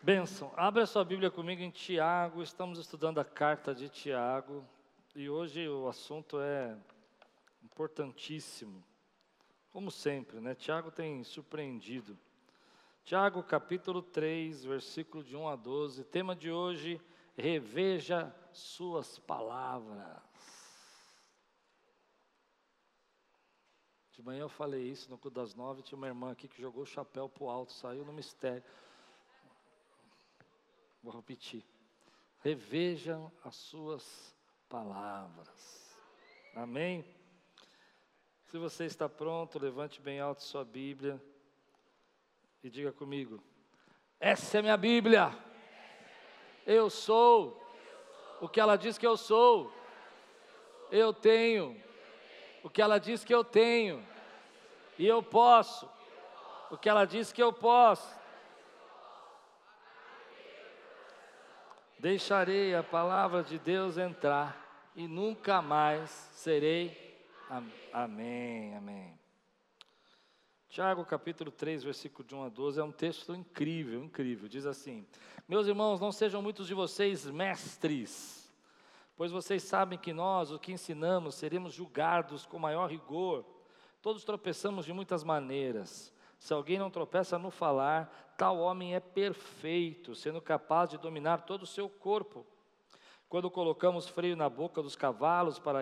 Bênção, abre a sua Bíblia comigo em Tiago, estamos estudando a carta de Tiago, e hoje o assunto é importantíssimo, como sempre, né? Tiago tem surpreendido. Tiago capítulo 3, versículo de 1 a 12, tema de hoje, reveja suas palavras. De manhã eu falei isso no culto das 9, tinha uma irmã aqui que jogou o chapéu para o alto, saiu no mistério. Vou repetir. Revejam as suas palavras. Amém? Se você está pronto, levante bem alto sua Bíblia e diga comigo: essa é minha Bíblia. Eu sou o que ela diz que eu sou. Eu tenho o que ela diz que eu tenho. E eu posso o que ela diz que eu posso. Deixarei a palavra de Deus entrar e nunca mais serei. Amém, amém. Tiago capítulo 3, versículo de 1 a 12, é um texto incrível, incrível. Diz assim: meus irmãos, não sejam muitos de vocês mestres, pois vocês sabem que nós, o que ensinamos, seremos julgados com maior rigor. Todos tropeçamos de muitas maneiras. Se alguém não tropeça no falar, tal homem é perfeito, sendo capaz de dominar todo o seu corpo. Quando colocamos freio na boca dos cavalos para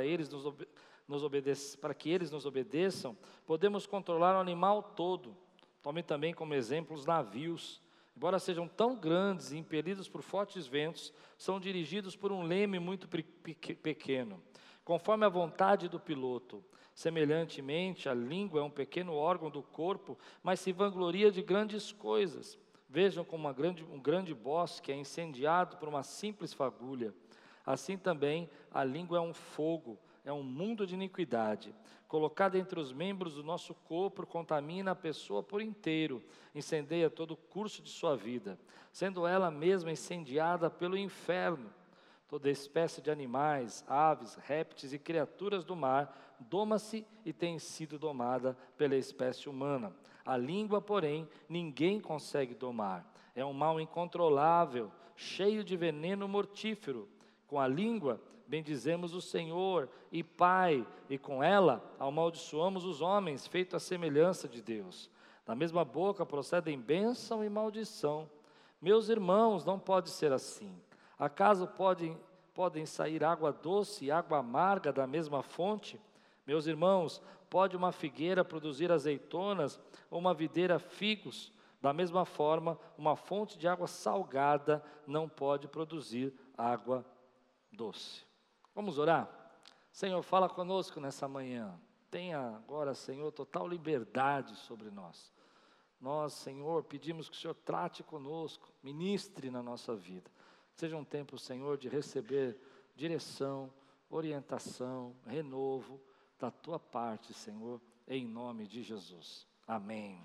que eles nos obedeçam, podemos controlar o animal todo. Tome também como exemplo os navios. Embora sejam tão grandes e impelidos por fortes ventos, são dirigidos por um leme muito pequeno, conforme a vontade do piloto. Semelhantemente, a língua é um pequeno órgão do corpo, mas se vangloria de grandes coisas. Vejam como um grande bosque é incendiado por uma simples fagulha. Assim também, a língua é um fogo, é um mundo de iniquidade. Colocada entre os membros do nosso corpo, contamina a pessoa por inteiro, incendeia todo o curso de sua vida, sendo ela mesma incendiada pelo inferno. Toda espécie de animais, aves, répteis e criaturas do mar doma-se e tem sido domada pela espécie humana. A língua, porém, ninguém consegue domar. É um mal incontrolável, cheio de veneno mortífero. Com a língua, bendizemos o Senhor e Pai, e com ela amaldiçoamos os homens, feito à semelhança de Deus. Da mesma boca procedem bênção e maldição. Meus irmãos, não pode ser assim. Acaso podem sair água doce e água amarga da mesma fonte? Meus irmãos, pode uma figueira produzir azeitonas ou uma videira figos? Da mesma forma, uma fonte de água salgada não pode produzir água doce. Vamos orar? Senhor, fala conosco nessa manhã. Tenha agora, Senhor, total liberdade sobre nós. Nós, Senhor, pedimos que o Senhor trate conosco, ministre na nossa vida. Seja um tempo, Senhor, de receber direção, orientação, renovo da Tua parte, Senhor, em nome de Jesus. Amém.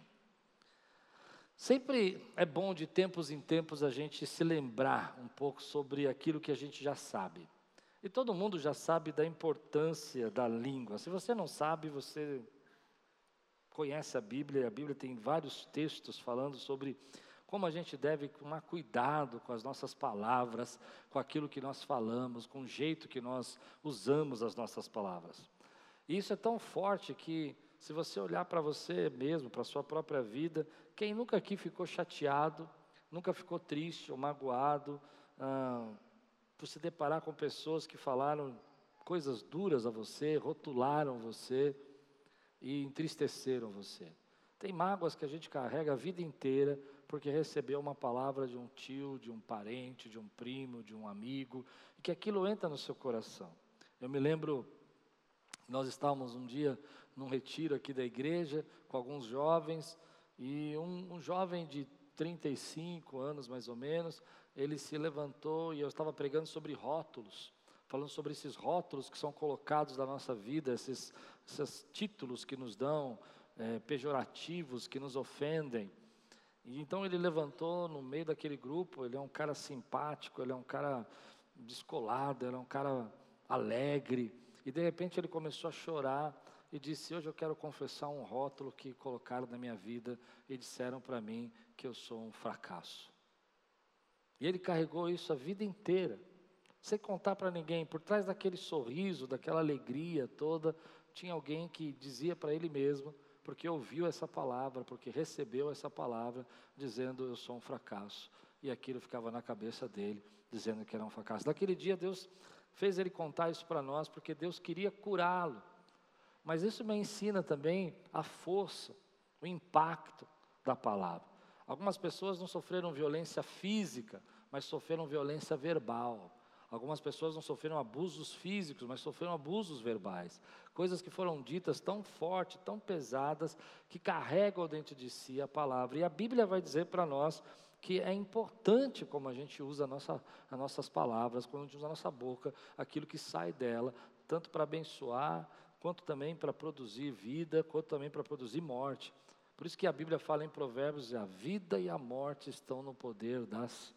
Sempre é bom de tempos em tempos a gente se lembrar um pouco sobre aquilo que a gente já sabe. E todo mundo já sabe da importância da língua. Se você não sabe, você conhece a Bíblia tem vários textos falando sobre como a gente deve tomar cuidado com as nossas palavras, com aquilo que nós falamos, com o jeito que nós usamos as nossas palavras. E isso é tão forte que, se você olhar para você mesmo, para a sua própria vida, quem nunca aqui ficou chateado, nunca ficou triste ou magoado, por se deparar com pessoas que falaram coisas duras a você, rotularam você e entristeceram você. Tem mágoas que a gente carrega a vida inteira porque recebeu uma palavra de um tio, de um parente, de um primo, de um amigo, e que aquilo entra no seu coração. Eu me lembro, nós estávamos um dia num retiro aqui da igreja com alguns jovens, e um jovem de 35 anos mais ou menos, ele se levantou e eu estava pregando sobre rótulos, falando sobre esses rótulos que são colocados na nossa vida, esses títulos que nos dão, pejorativos, que nos ofendem. E então ele levantou no meio daquele grupo, ele é um cara simpático, ele é um cara descolado, ele é um cara alegre, e de repente ele começou a chorar e disse: hoje eu quero confessar um rótulo que colocaram na minha vida e disseram para mim que eu sou um fracasso. E ele carregou isso a vida inteira, sem contar para ninguém. Por trás daquele sorriso, daquela alegria toda, tinha alguém que dizia para ele mesmo, porque ouviu essa palavra, porque recebeu essa palavra, dizendo: eu sou um fracasso. E aquilo ficava na cabeça dele, dizendo que era um fracasso. Daquele dia Deus fez ele contar isso para nós, porque Deus queria curá-lo. Mas isso me ensina também a força, o impacto da palavra. Algumas pessoas não sofreram violência física, mas sofreram violência verbal. Algumas pessoas não sofreram abusos físicos, mas sofreram abusos verbais. Coisas que foram ditas tão fortes, tão pesadas, que carregam dentro de si a palavra. E a Bíblia vai dizer para nós que é importante como a gente usa as nossas palavras, quando a gente usa a nossa boca, aquilo que sai dela, tanto para abençoar, quanto também para produzir vida, quanto também para produzir morte. Por isso que a Bíblia fala em Provérbios: a vida e a morte estão no poder das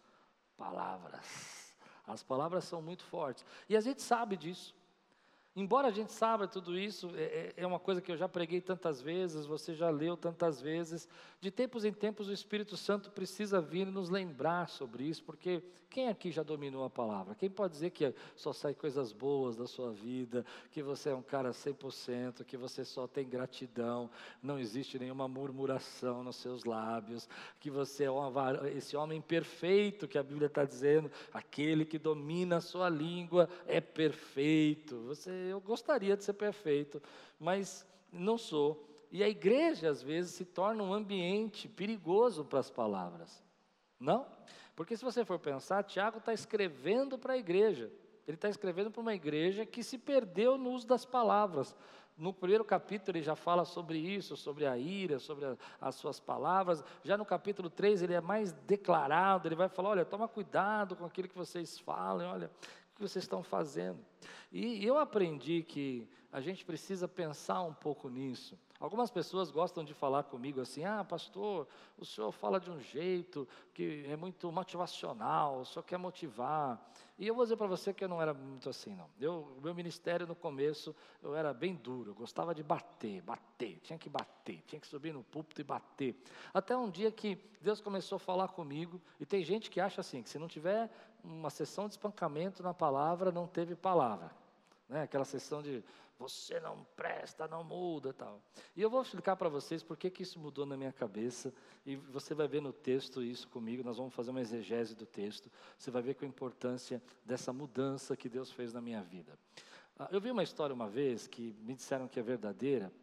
palavras. As palavras são muito fortes, e a gente sabe disso. Embora a gente saiba tudo isso, é uma coisa que eu já preguei tantas vezes, você já leu tantas vezes. De tempos em tempos o Espírito Santo precisa vir nos lembrar sobre isso, porque quem aqui já dominou a palavra? Quem pode dizer que só sai coisas boas da sua vida, que você é um cara 100%, que você só tem gratidão, não existe nenhuma murmuração nos seus lábios, que você é esse homem perfeito que a Bíblia está dizendo, aquele que domina a sua língua é perfeito. Eu gostaria de ser perfeito, mas não sou. E a igreja, às vezes, se torna um ambiente perigoso para as palavras. Não? Porque se você for pensar, Tiago está escrevendo para a igreja. Ele está escrevendo para uma igreja que se perdeu no uso das palavras. No primeiro capítulo ele já fala sobre isso, sobre a ira, sobre as suas palavras. Já no capítulo 3 ele é mais declarado, ele vai falar: olha, toma cuidado com aquilo que vocês falam, olha, o que vocês estão fazendo. E eu aprendi que a gente precisa pensar um pouco nisso. Algumas pessoas gostam de falar comigo assim: ah, pastor, o senhor fala de um jeito que é muito motivacional, o senhor quer motivar. E eu vou dizer para você que eu não era muito assim, não. O meu ministério no começo, eu era bem duro, eu gostava de bater, tinha que subir no púlpito e bater. Até um dia que Deus começou a falar comigo, e tem gente que acha assim, que se não tiver uma sessão de espancamento na palavra, não teve palavra. Né? Aquela sessão de você não presta, não muda e tal. E eu vou explicar para vocês por que isso mudou na minha cabeça, e você vai ver no texto isso comigo, nós vamos fazer uma exegese do texto, você vai ver com a importância dessa mudança que Deus fez na minha vida. Eu vi uma história uma vez, que me disseram que é verdadeira,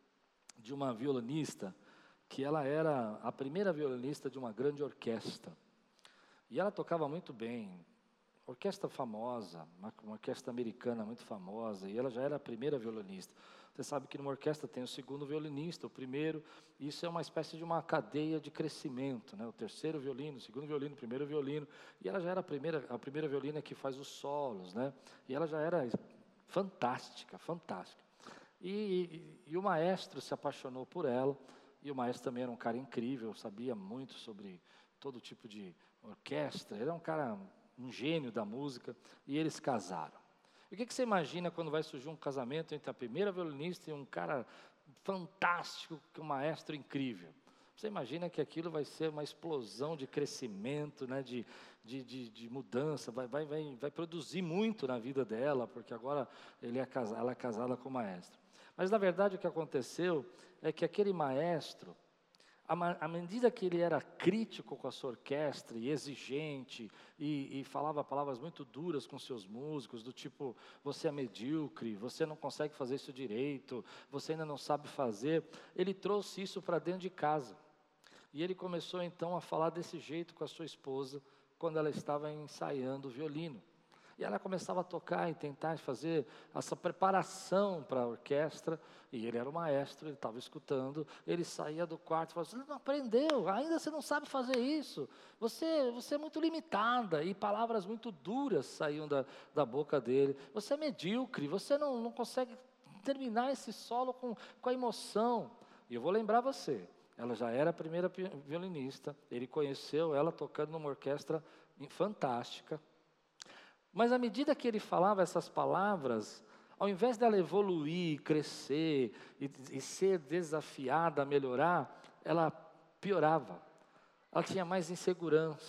de uma violinista, que ela era a primeira violinista de uma grande orquestra, e ela tocava muito bem, orquestra famosa, uma orquestra americana muito famosa, e ela já era a primeira violinista. Você sabe que numa orquestra tem o segundo violinista, o primeiro, isso é uma espécie de uma cadeia de crescimento, né? O terceiro violino, o segundo violino, o primeiro violino, e ela já era a primeira violina que faz os solos, né? E ela já era fantástica. E o maestro se apaixonou por ela, e o maestro também era um cara incrível, sabia muito sobre todo tipo de orquestra, ele era um gênio da música, e eles casaram. E o que você imagina quando vai surgir um casamento entre a primeira violinista e um cara fantástico, um maestro incrível? Você imagina que aquilo vai ser uma explosão de crescimento, né, de mudança, vai produzir muito na vida dela, porque agora ela é casada com o maestro. Mas na verdade o que aconteceu é que aquele maestro, à medida que ele era crítico com a sua orquestra e exigente e falava palavras muito duras com seus músicos, do tipo, você é medíocre, você não consegue fazer isso direito, você ainda não sabe fazer, ele trouxe isso para dentro de casa. E ele começou então a falar desse jeito com a sua esposa, quando ela estava ensaiando o violino. E ela começava a tocar e tentar fazer essa preparação para a orquestra, e ele era o maestro, ele estava escutando, ele saía do quarto e falava: você não aprendeu, ainda você não sabe fazer isso, você é muito limitada, e palavras muito duras saíam da boca dele, você é medíocre, você não consegue terminar esse solo com a emoção. E eu vou lembrar você, ela já era a primeira violinista, ele conheceu ela tocando numa orquestra fantástica. Mas à medida que ele falava essas palavras, ao invés dela evoluir, crescer e ser desafiada a melhorar, ela piorava. Ela tinha mais insegurança.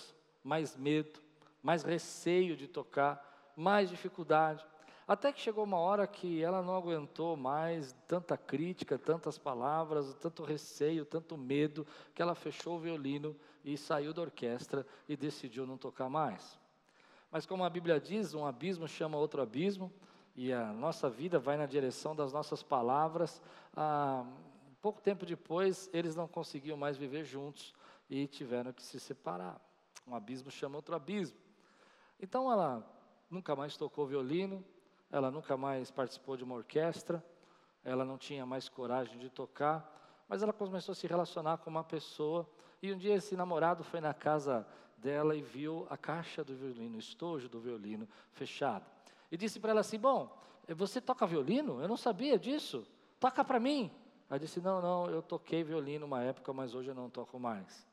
mais medo, mais receio de tocar, mais dificuldade. Até que chegou uma hora que ela não aguentou mais tanta crítica, tantas palavras, tanto receio, tanto medo, que ela fechou o violino e saiu da orquestra e decidiu não tocar mais. Mas como a Bíblia diz, um abismo chama outro abismo, e a nossa vida vai na direção das nossas palavras. Pouco tempo depois, eles não conseguiam mais viver juntos e tiveram que se separar. Um abismo chama outro abismo. Então ela nunca mais tocou violino, ela nunca mais participou de uma orquestra, ela não tinha mais coragem de tocar, mas ela começou a se relacionar com uma pessoa, e um dia esse namorado foi na casa dela e viu a caixa do violino, o estojo do violino fechado. E disse para ela assim: bom, você toca violino? Eu não sabia disso, toca para mim. Ela disse: não, eu toquei violino uma época, mas hoje eu não toco mais.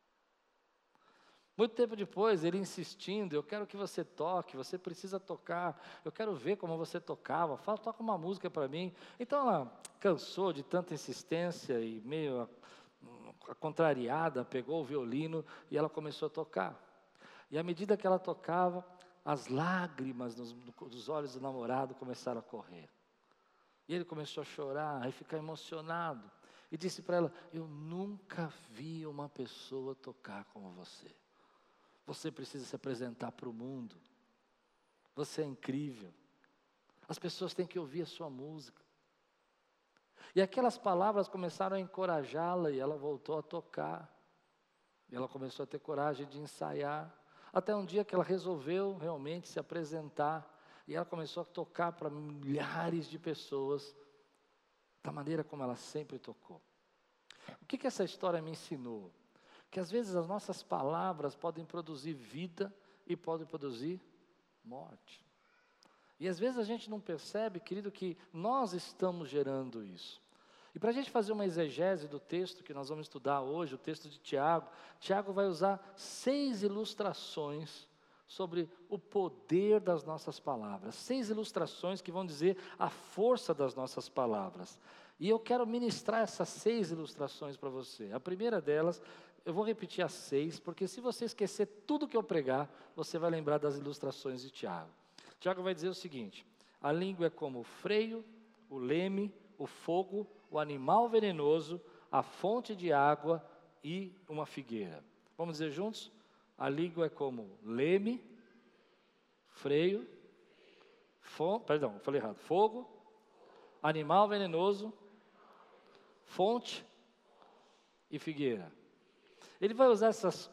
Muito tempo depois, ele insistindo: eu quero que você toque, você precisa tocar, eu quero ver como você tocava, toca uma música para mim. Então ela cansou de tanta insistência e meio contrariada, pegou o violino e ela começou a tocar. E à medida que ela tocava, as lágrimas dos olhos do namorado começaram a correr. E ele começou a chorar e ficar emocionado. E disse para ela: eu nunca vi uma pessoa tocar como você. Você precisa se apresentar para o mundo. Você é incrível. As pessoas têm que ouvir a sua música. E aquelas palavras começaram a encorajá-la e ela voltou a tocar. E ela começou a ter coragem de ensaiar. Até um dia que ela resolveu realmente se apresentar. E ela começou a tocar para milhares de pessoas da maneira como ela sempre tocou. O que essa história me ensinou? Que às vezes as nossas palavras podem produzir vida e podem produzir morte. E às vezes a gente não percebe, querido, que nós estamos gerando isso. E para a gente fazer uma exegese do texto que nós vamos estudar hoje, o texto de Tiago, Tiago vai usar 6 ilustrações sobre o poder das nossas palavras. 6 ilustrações que vão dizer a força das nossas palavras. E eu quero ministrar essas 6 ilustrações para você. A primeira delas, eu vou repetir as 6, porque se você esquecer tudo que eu pregar, você vai lembrar das ilustrações de Tiago. Tiago vai dizer o seguinte: a língua é como o freio, o leme, o fogo, o animal venenoso, a fonte de água e uma figueira. Vamos dizer juntos? A língua é como leme, freio, fogo, animal venenoso, fonte e figueira. Ele vai usar essas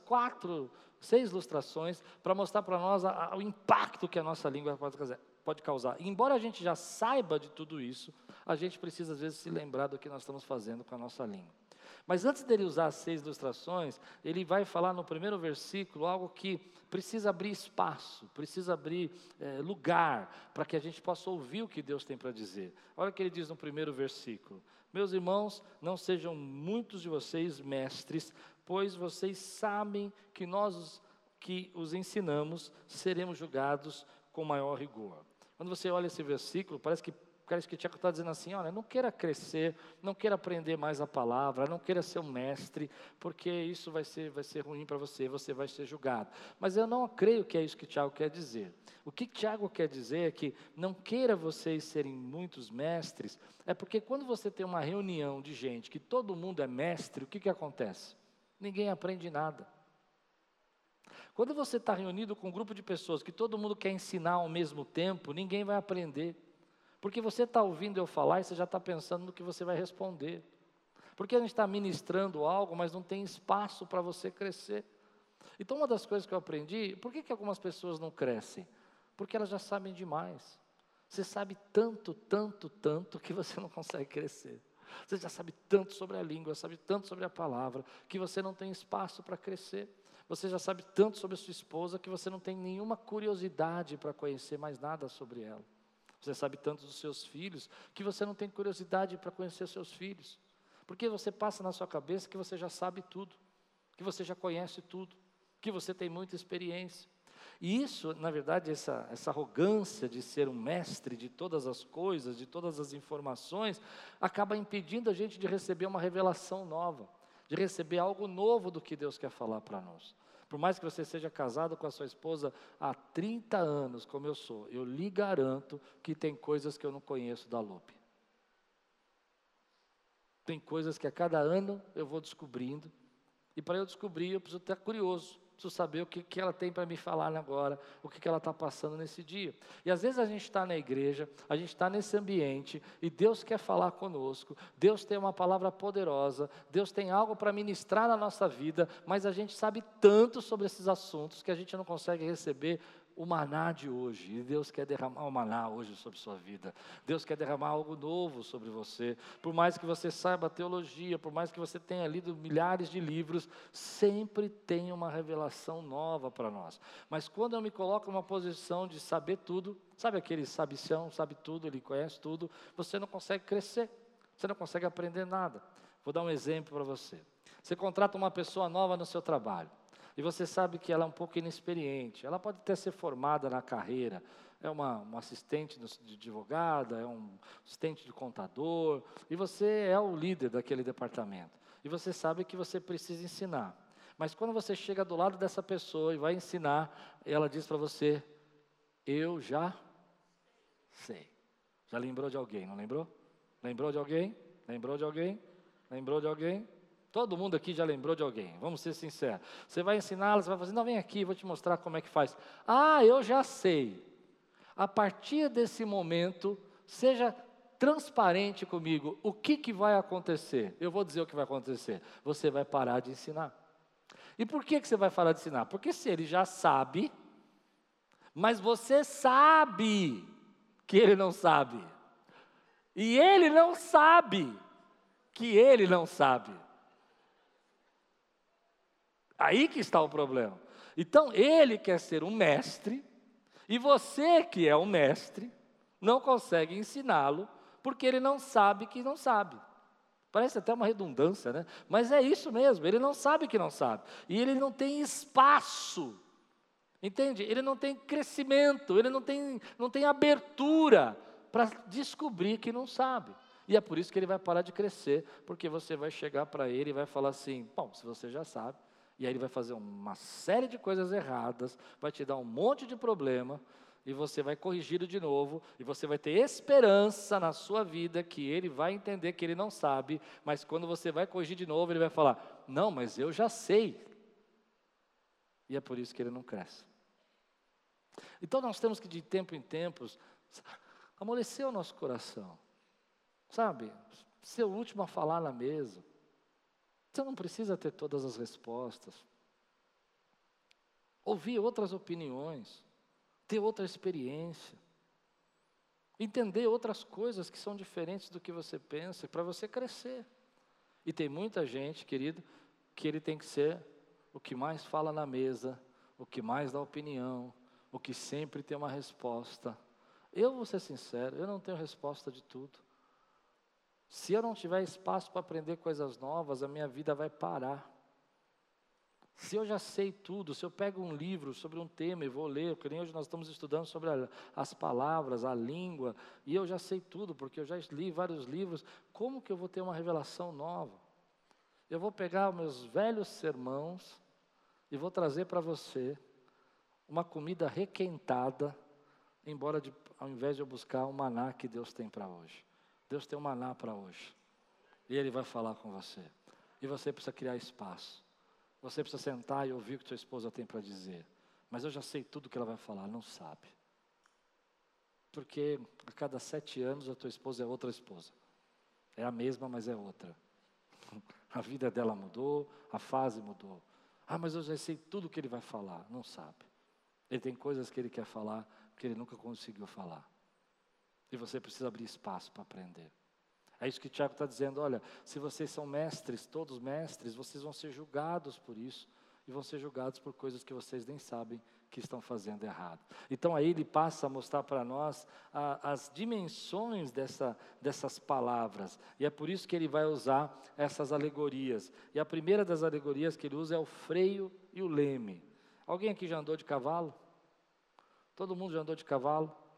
6 ilustrações para mostrar para nós o impacto que a nossa língua pode causar. E embora a gente já saiba de tudo isso, a gente precisa às vezes se lembrar do que nós estamos fazendo com a nossa língua. Mas antes dele usar as 6 ilustrações, ele vai falar no primeiro versículo algo que precisa abrir espaço, precisa abrir lugar, para que a gente possa ouvir o que Deus tem para dizer. Olha o que ele diz no primeiro versículo: meus irmãos, não sejam muitos de vocês mestres, pois vocês sabem que nós que os ensinamos seremos julgados com maior rigor. Quando você olha esse versículo, parece que Tiago está dizendo assim: olha, não queira crescer, não queira aprender mais a palavra, não queira ser um mestre, porque isso vai ser ruim para você, você vai ser julgado. Mas eu não creio que é isso que Tiago quer dizer. O que Tiago quer dizer é que não queira vocês serem muitos mestres, é porque quando você tem uma reunião de gente que todo mundo é mestre, o que acontece? Ninguém aprende nada. Quando você está reunido com um grupo de pessoas que todo mundo quer ensinar ao mesmo tempo, ninguém vai aprender. Porque você está ouvindo eu falar e você já está pensando no que você vai responder. Porque a gente está ministrando algo, mas não tem espaço para você crescer. Então uma das coisas que eu aprendi, por que algumas pessoas não crescem? Porque elas já sabem demais. Você sabe tanto que você não consegue crescer. Você já sabe tanto sobre a língua, sabe tanto sobre a palavra, que você não tem espaço para crescer. Você já sabe tanto sobre a sua esposa, que você não tem nenhuma curiosidade para conhecer mais nada sobre ela. Você sabe tanto dos seus filhos, que você não tem curiosidade para conhecer seus filhos. Porque você passa na sua cabeça que você já sabe tudo, que você já conhece tudo, que você tem muita experiência. E isso, na verdade, essa arrogância de ser um mestre de todas as coisas, de todas as informações, acaba impedindo a gente de receber uma revelação nova, de receber algo novo do que Deus quer falar para nós. Por mais que você seja casado com a sua esposa há 30 anos, como eu sou, eu lhe garanto que tem coisas que eu não conheço da Lupe. Tem coisas que a cada ano eu vou descobrindo, e para eu descobrir eu preciso estar curioso, preciso saber o que ela tem para me falar agora, o que ela está passando nesse dia. E às vezes a gente está na igreja, a gente está nesse ambiente, e Deus quer falar conosco, Deus tem uma palavra poderosa, Deus tem algo para ministrar na nossa vida, mas a gente sabe tanto sobre esses assuntos que a gente não consegue receber o maná de hoje. E Deus quer derramar o maná hoje sobre sua vida. Deus quer derramar algo novo sobre você. Por mais que você saiba teologia, por mais que você tenha lido milhares de livros, sempre tem uma revelação nova para nós. Mas quando eu me coloco numa posição de saber tudo, sabe aquele sabichão, sabe tudo, ele conhece tudo, você não consegue crescer, você não consegue aprender nada. Vou dar um exemplo para você. Você contrata uma pessoa nova no seu trabalho, e você sabe que ela é um pouco inexperiente, ela pode até ser formada na carreira, é uma assistente de advogada, é um assistente de contador, e você é o líder daquele departamento, e você sabe que você precisa ensinar. Mas quando você chega do lado dessa pessoa e vai ensinar, ela diz para você, eu já sei. Já lembrou de alguém, não lembrou? Lembrou de alguém? Lembrou de alguém? Lembrou de alguém? Todo mundo aqui já lembrou de alguém, vamos ser sinceros. Você vai ensiná-la, você vai fazer, não, vem aqui, vou te mostrar como é que faz. Ah, eu já sei. A partir desse momento, seja transparente comigo, o que vai acontecer? Eu vou dizer o que vai acontecer. Você vai parar de ensinar. E por que você vai parar de ensinar? Porque se ele já sabe, mas você sabe que ele não sabe. E ele não sabe que ele não sabe. Aí que está o problema. Então, ele quer ser um mestre, e você que é um mestre, não consegue ensiná-lo, porque ele não sabe que não sabe. Parece até uma redundância, né? Mas é isso mesmo, ele não sabe que não sabe. E ele não tem espaço, entende? Ele não tem crescimento, ele não tem abertura para descobrir que não sabe. E é por isso que ele vai parar de crescer, porque você vai chegar para ele e vai falar assim, bom, se você já sabe, e aí ele vai fazer uma série de coisas erradas, vai te dar um monte de problema, e você vai corrigi-lo de novo, e você vai ter esperança na sua vida, que ele vai entender que ele não sabe, mas quando você vai corrigir de novo, ele vai falar, não, mas eu já sei. E é por isso que ele não cresce. Então nós temos que de tempo em tempos, amolecer o nosso coração, sabe, ser o último a falar na mesa. Você não precisa ter todas as respostas. Ouvir outras opiniões, ter outra experiência, entender outras coisas que são diferentes do que você pensa, para você crescer. E tem muita gente, querido, que ele tem que ser o que mais fala na mesa, o que mais dá opinião, o que sempre tem uma resposta. Eu vou ser sincero, eu não tenho resposta de tudo. Se eu não tiver espaço para aprender coisas novas, a minha vida vai parar. Se eu já sei tudo, se eu pego um livro sobre um tema e vou ler, porque nem hoje nós estamos estudando sobre as palavras, a língua, e eu já sei tudo, porque eu já li vários livros, como que eu vou ter uma revelação nova? Eu vou pegar meus velhos sermãos e vou trazer para você uma comida requentada, ao invés de eu buscar o maná que Deus tem para hoje. Deus tem um maná para hoje, e Ele vai falar com você, e você precisa criar espaço, você precisa sentar e ouvir o que sua esposa tem para dizer, mas eu já sei tudo o que ela vai falar, não sabe, porque a cada 7 anos a tua esposa é outra esposa, é a mesma, mas é outra, a vida dela mudou, a fase mudou, mas eu já sei tudo o que ele vai falar, não sabe, ele tem coisas que ele quer falar, que ele nunca conseguiu falar, e você precisa abrir espaço para aprender. É isso que Tiago está dizendo, olha, se vocês são mestres, todos mestres, vocês vão ser julgados por isso, e vão ser julgados por coisas que vocês nem sabem que estão fazendo errado. Então aí ele passa a mostrar para nós as dimensões dessas palavras, e é por isso que ele vai usar essas alegorias. E a primeira das alegorias que ele usa é o freio e o leme. Alguém aqui já andou de cavalo? Todo mundo já andou de cavalo?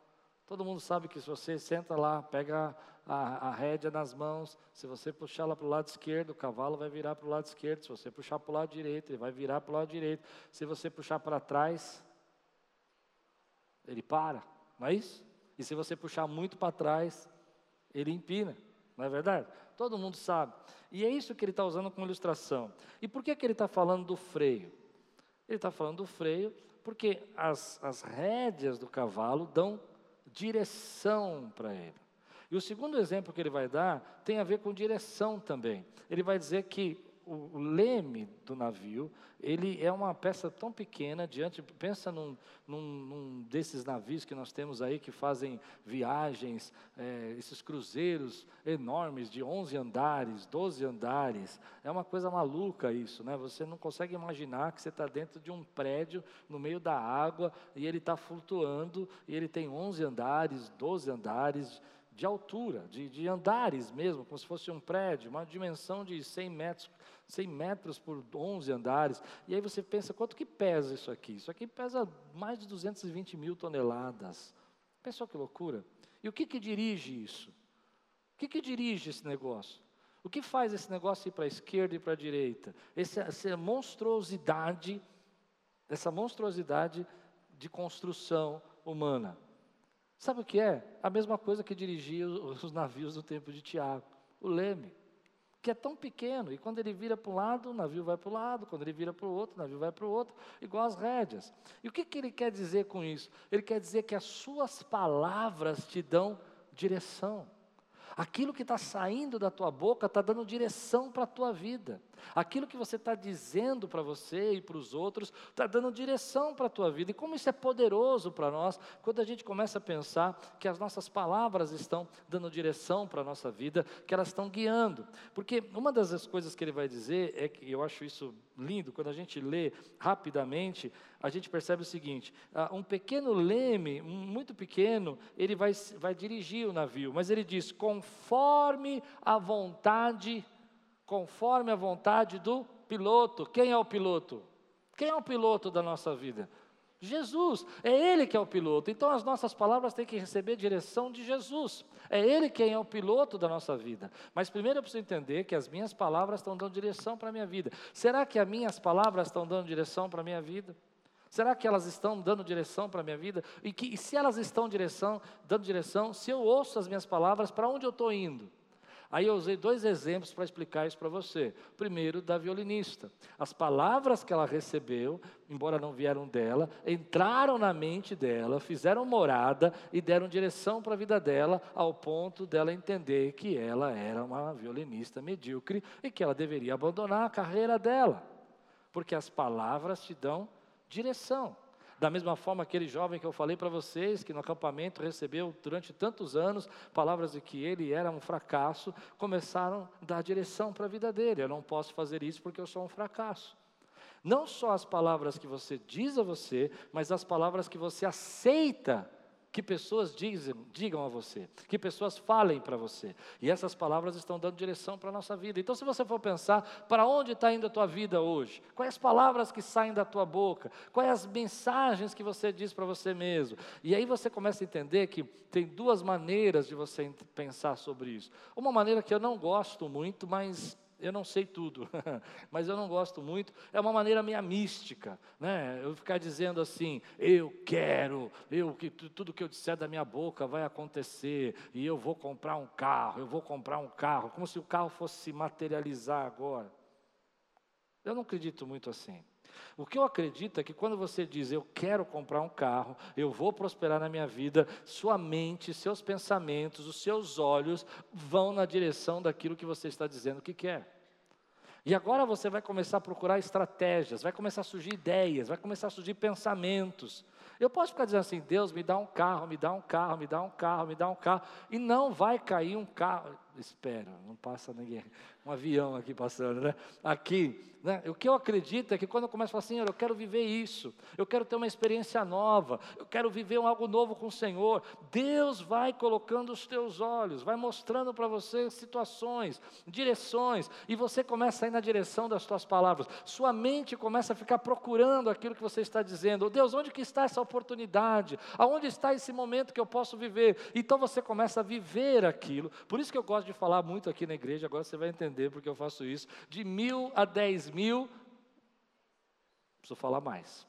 Todo mundo sabe que se você senta lá, pega a rédea nas mãos, se você puxar lá para o lado esquerdo, o cavalo vai virar para o lado esquerdo. Se você puxar para o lado direito, ele vai virar para o lado direito. Se você puxar para trás, ele para, não é isso? E se você puxar muito para trás, ele empina, não é verdade? Todo mundo sabe. E é isso que ele está usando como ilustração. E por que ele está falando do freio? Ele está falando do freio porque as rédeas do cavalo dão direção para ele. E o segundo exemplo que ele vai dar tem a ver com direção também. Ele vai dizer que o leme do navio, ele é uma peça tão pequena, pensa num desses navios que nós temos aí, que fazem viagens, esses cruzeiros enormes, de 11 andares, 12 andares, é uma coisa maluca isso, né? Você não consegue imaginar que você está dentro de um prédio, no meio da água, e ele está flutuando, e ele tem 11 andares, 12 andares, de altura, de andares mesmo, como se fosse um prédio, uma dimensão de 100 metros por 11 andares. E aí você pensa, quanto que pesa isso aqui? Isso aqui pesa mais de 220 mil toneladas. Pensou que loucura? E o que dirige isso? O que dirige esse negócio? O que faz esse negócio ir para a esquerda e para a direita? Essa monstruosidade de construção humana. Sabe o que é? A mesma coisa que dirigia os navios do tempo de Tiago, o leme, que é tão pequeno, e quando ele vira para um lado, o navio vai para o lado, quando ele vira para o outro, o navio vai para o outro, igual as rédeas. E o que ele quer dizer com isso? Ele quer dizer que as suas palavras te dão direção. Aquilo que está saindo da tua boca está dando direção para a tua vida. Aquilo que você está dizendo para você e para os outros está dando direção para a tua vida. E como isso é poderoso para nós, quando a gente começa a pensar que as nossas palavras estão dando direção para a nossa vida, que elas estão guiando. Porque uma das coisas que ele vai dizer, é que eu acho isso lindo, quando a gente lê rapidamente, a gente percebe o seguinte: um pequeno leme, muito pequeno, ele vai dirigir o navio, mas ele diz, conforme a vontade do piloto. Quem é o piloto? Quem é o piloto da nossa vida? Jesus, é Ele que é o piloto. Então as nossas palavras têm que receber direção de Jesus. É Ele quem é o piloto da nossa vida. Mas primeiro eu preciso entender que as minhas palavras estão dando direção para a minha vida. Será que as minhas palavras estão dando direção para a minha vida? Será que elas estão dando direção para a minha vida? E se elas estão dando direção, se eu ouço as minhas palavras, para onde eu estou indo? Aí eu usei 2 exemplos para explicar isso para você. Primeiro, da violinista. As palavras que ela recebeu, embora não vieram dela, entraram na mente dela, fizeram morada e deram direção para a vida dela, ao ponto dela entender que ela era uma violinista medíocre e que ela deveria abandonar a carreira dela. Porque as palavras te dão direção. Da mesma forma, aquele jovem que eu falei para vocês, que no acampamento recebeu durante tantos anos palavras de que ele era um fracasso, começaram a dar direção para a vida dele. Eu não posso fazer isso porque eu sou um fracasso. Não só as palavras que você diz a você, mas as palavras que você aceita que pessoas digam a você, que pessoas falem para você. E essas palavras estão dando direção para a nossa vida. Então, se você for pensar, para onde está indo a tua vida hoje? Quais as palavras que saem da tua boca? Quais as mensagens que você diz para você mesmo? E aí você começa a entender que tem 2 maneiras de você pensar sobre isso. Uma maneira que eu não gosto muito, mas eu não sei tudo, mas eu não gosto muito, é uma maneira meio mística, né? Eu ficar dizendo assim, tudo que eu disser da minha boca vai acontecer, e eu vou comprar um carro, como se o carro fosse se materializar agora. Eu não acredito muito assim. O que eu acredito é que quando você diz, eu quero comprar um carro, eu vou prosperar na minha vida, sua mente, seus pensamentos, os seus olhos vão na direção daquilo que você está dizendo que quer. E agora você vai começar a procurar estratégias, vai começar a surgir ideias, vai começar a surgir pensamentos. Eu posso ficar dizendo assim, Deus me dá um carro, me dá um carro, me dá um carro, e não vai cair um carro. Espera, não passa ninguém. um avião aqui passando, né? Aqui, né? O que eu acredito é que quando eu começo a falar, Senhor, eu quero viver isso, eu quero ter uma experiência nova, eu quero viver algo novo com o Senhor, Deus vai colocando os teus olhos, vai mostrando para você situações, direções, e você começa a ir na direção das tuas palavras, sua mente começa a ficar procurando aquilo que você está dizendo. Oh, Deus, onde que está essa oportunidade? Aonde está esse momento que eu posso viver? Então você começa a viver aquilo. Por isso que eu gosto de falar muito aqui na igreja, agora você vai entender porque eu faço isso, de 1.000 a 10.000, preciso falar mais,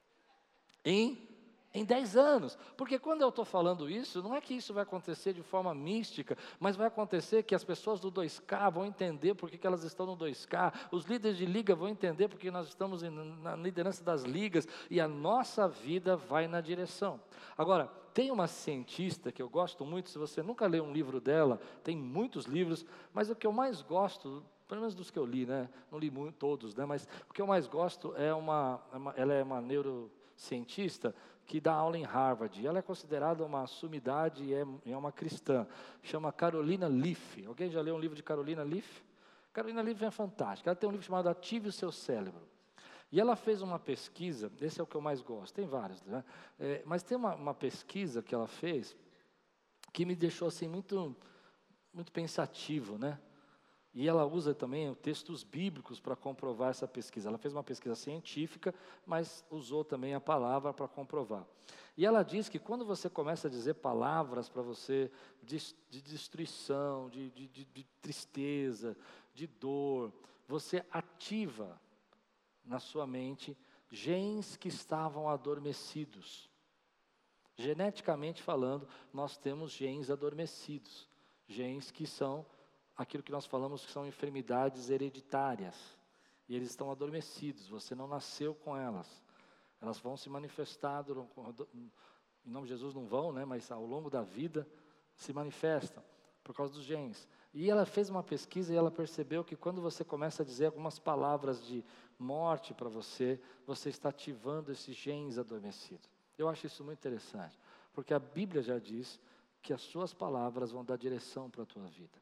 em 10 anos, porque quando eu estou falando isso, não é que isso vai acontecer de forma mística, mas vai acontecer que as pessoas do 2K vão entender porque que elas estão no 2K, os líderes de liga vão entender porque nós estamos na liderança das ligas, e a nossa vida vai na direção. Agora, tem uma cientista que eu gosto muito, se você nunca leu um livro dela, tem muitos livros, mas o que eu mais gosto, pelo menos dos que eu li, né? Não li muito, todos, né? Mas o que eu mais gosto ela é uma neurocientista que dá aula em Harvard. Ela é considerada uma sumidade e é uma cristã. Chama Carolina Leaf. Alguém já leu um livro de Carolina Leaf? Carolina Leaf é fantástica. Ela tem um livro chamado Ative o Seu Cérebro. E ela fez uma pesquisa, esse é o que eu mais gosto, tem vários, né? Mas tem uma pesquisa que ela fez que me deixou assim muito, muito pensativo, né? E ela usa também textos bíblicos para comprovar essa pesquisa. Ela fez uma pesquisa científica, mas usou também a palavra para comprovar. E ela diz que quando você começa a dizer palavras para você de destruição, de tristeza, de dor, você ativa na sua mente genes que estavam adormecidos. Geneticamente falando, nós temos genes adormecidos, genes que são aquilo que nós falamos que são enfermidades hereditárias, e eles estão adormecidos, você não nasceu com elas, elas vão se manifestar, em nome de Jesus não vão, né, mas ao longo da vida se manifestam, por causa dos genes. E ela fez uma pesquisa e ela percebeu que quando você começa a dizer algumas palavras de morte para você, você está ativando esses genes adormecidos. Eu acho isso muito interessante, porque a Bíblia já diz que as suas palavras vão dar direção para a tua vida.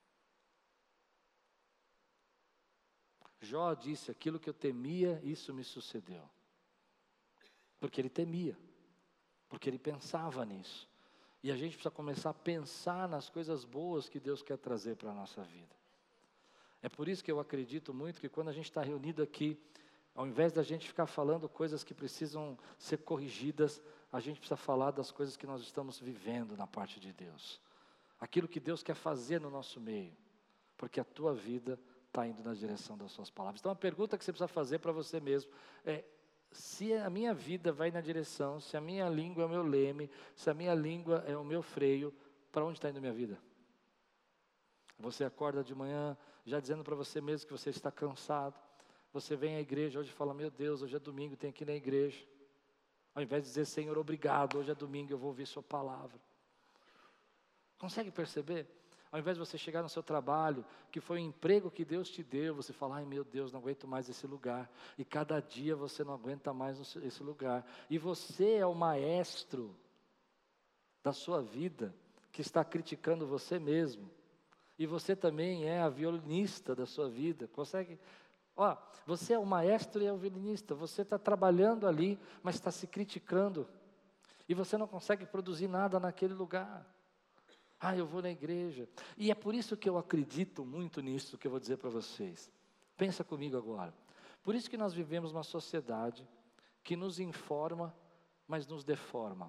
Jó disse, aquilo que eu temia, isso me sucedeu. Porque ele temia, porque ele pensava nisso. E a gente precisa começar a pensar nas coisas boas que Deus quer trazer para a nossa vida. É por isso que eu acredito muito que quando a gente está reunido aqui, ao invés da gente ficar falando coisas que precisam ser corrigidas, a gente precisa falar das coisas que nós estamos vivendo na parte de Deus. Aquilo que Deus quer fazer no nosso meio. Porque a tua vida está indo na direção das suas palavras. Então a pergunta que você precisa fazer para você mesmo é: se a minha vida vai na direção, se a minha língua é o meu leme, se a minha língua é o meu freio, para onde está indo a minha vida? Você acorda de manhã já dizendo para você mesmo que você está cansado. Você vem à igreja hoje e fala, meu Deus, hoje é domingo, tenho que ir na igreja. Ao invés de dizer, Senhor, obrigado, hoje é domingo, eu vou ouvir sua palavra. Consegue perceber? Ao invés de você chegar no seu trabalho, que foi o emprego que Deus te deu, você fala, ai meu Deus, não aguento mais esse lugar. E cada dia você não aguenta mais esse lugar. E você é o maestro da sua vida, que está criticando você mesmo. E você também é a violinista da sua vida. Consegue? Ó, você é o maestro e é o violinista. Você está trabalhando ali, mas está se criticando. E você não consegue produzir nada naquele lugar. Ah, eu vou na igreja. E é por isso que eu acredito muito nisso que eu vou dizer para vocês. Pensa comigo agora. Por isso que nós vivemos uma sociedade que nos informa, mas nos deforma.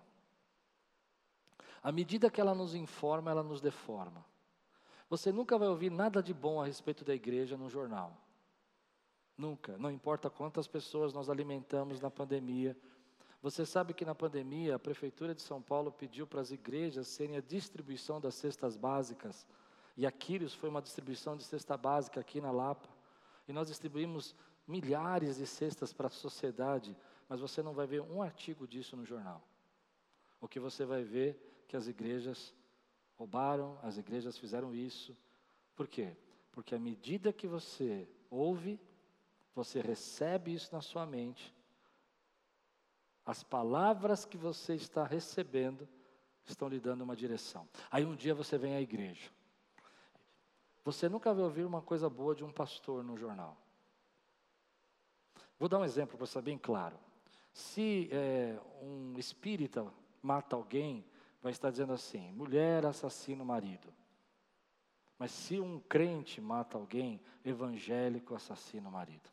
À medida que ela nos informa, ela nos deforma. Você nunca vai ouvir nada de bom a respeito da igreja no jornal. Nunca. Não importa quantas pessoas nós alimentamos na pandemia. Você sabe que na pandemia a Prefeitura de São Paulo pediu para as igrejas serem a distribuição das cestas básicas. E a Quírios foi uma distribuição de cesta básica aqui na Lapa. E nós distribuímos milhares de cestas para a sociedade, mas você não vai ver um artigo disso no jornal. O que você vai ver é que as igrejas roubaram, as igrejas fizeram isso. Por quê? Porque à medida que você ouve, você recebe isso na sua mente, as palavras que você está recebendo estão lhe dando uma direção. Aí um dia você vem à igreja. Você nunca vai ouvir uma coisa boa de um pastor no jornal. Vou dar um exemplo para ser bem claro. Se um espírita mata alguém, vai estar dizendo assim: mulher assassina o marido. Mas se um crente mata alguém, evangélico assassina o marido.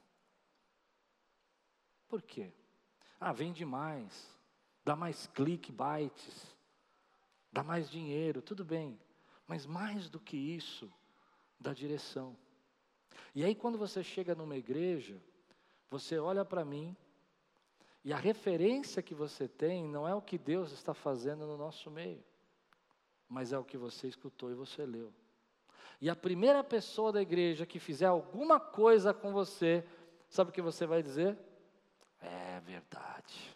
Por quê? Vende mais, dá mais clickbaits, dá mais dinheiro, tudo bem. Mas mais do que isso, dá direção. E aí quando você chega numa igreja, você olha para mim, e a referência que você tem não é o que Deus está fazendo no nosso meio, mas é o que você escutou e você leu. E a primeira pessoa da igreja que fizer alguma coisa com você, sabe o que você vai dizer? É verdade.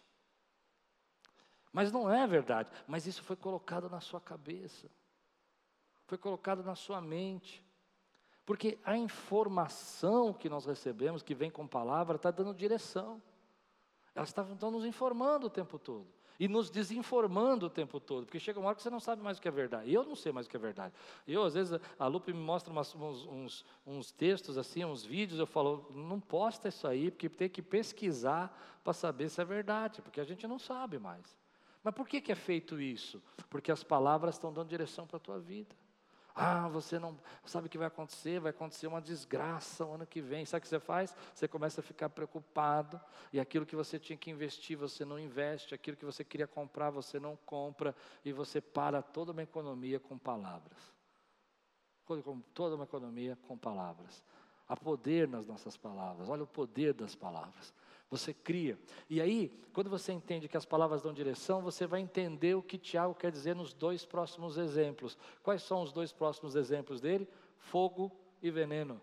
Mas não é verdade, mas isso foi colocado na sua cabeça, foi colocado na sua mente. Porque a informação que nós recebemos, que vem com palavra, está dando direção. Elas estão nos informando o tempo todo. E nos desinformando o tempo todo. Porque chega uma hora que você não sabe mais o que é verdade. Eu não sei mais o que é verdade. Às vezes, a Lupe me mostra uns textos assim, uns vídeos, eu falo, não posta isso aí, porque tem que pesquisar para saber se é verdade. Porque a gente não sabe mais. Mas por que é feito isso? Porque as palavras estão dando direção para a tua vida. Você não sabe o que vai acontecer uma desgraça o ano que vem. Sabe o que você faz? Você começa a ficar preocupado, e aquilo que você tinha que investir, você não investe, aquilo que você queria comprar, você não compra, e você para toda uma economia com palavras. Toda uma economia com palavras. Há poder nas nossas palavras, olha o poder das palavras. Você cria. E aí, quando você entende que as palavras dão direção, você vai entender o que Tiago quer dizer nos 2 próximos exemplos. Quais são os 2 próximos exemplos dele? Fogo e veneno.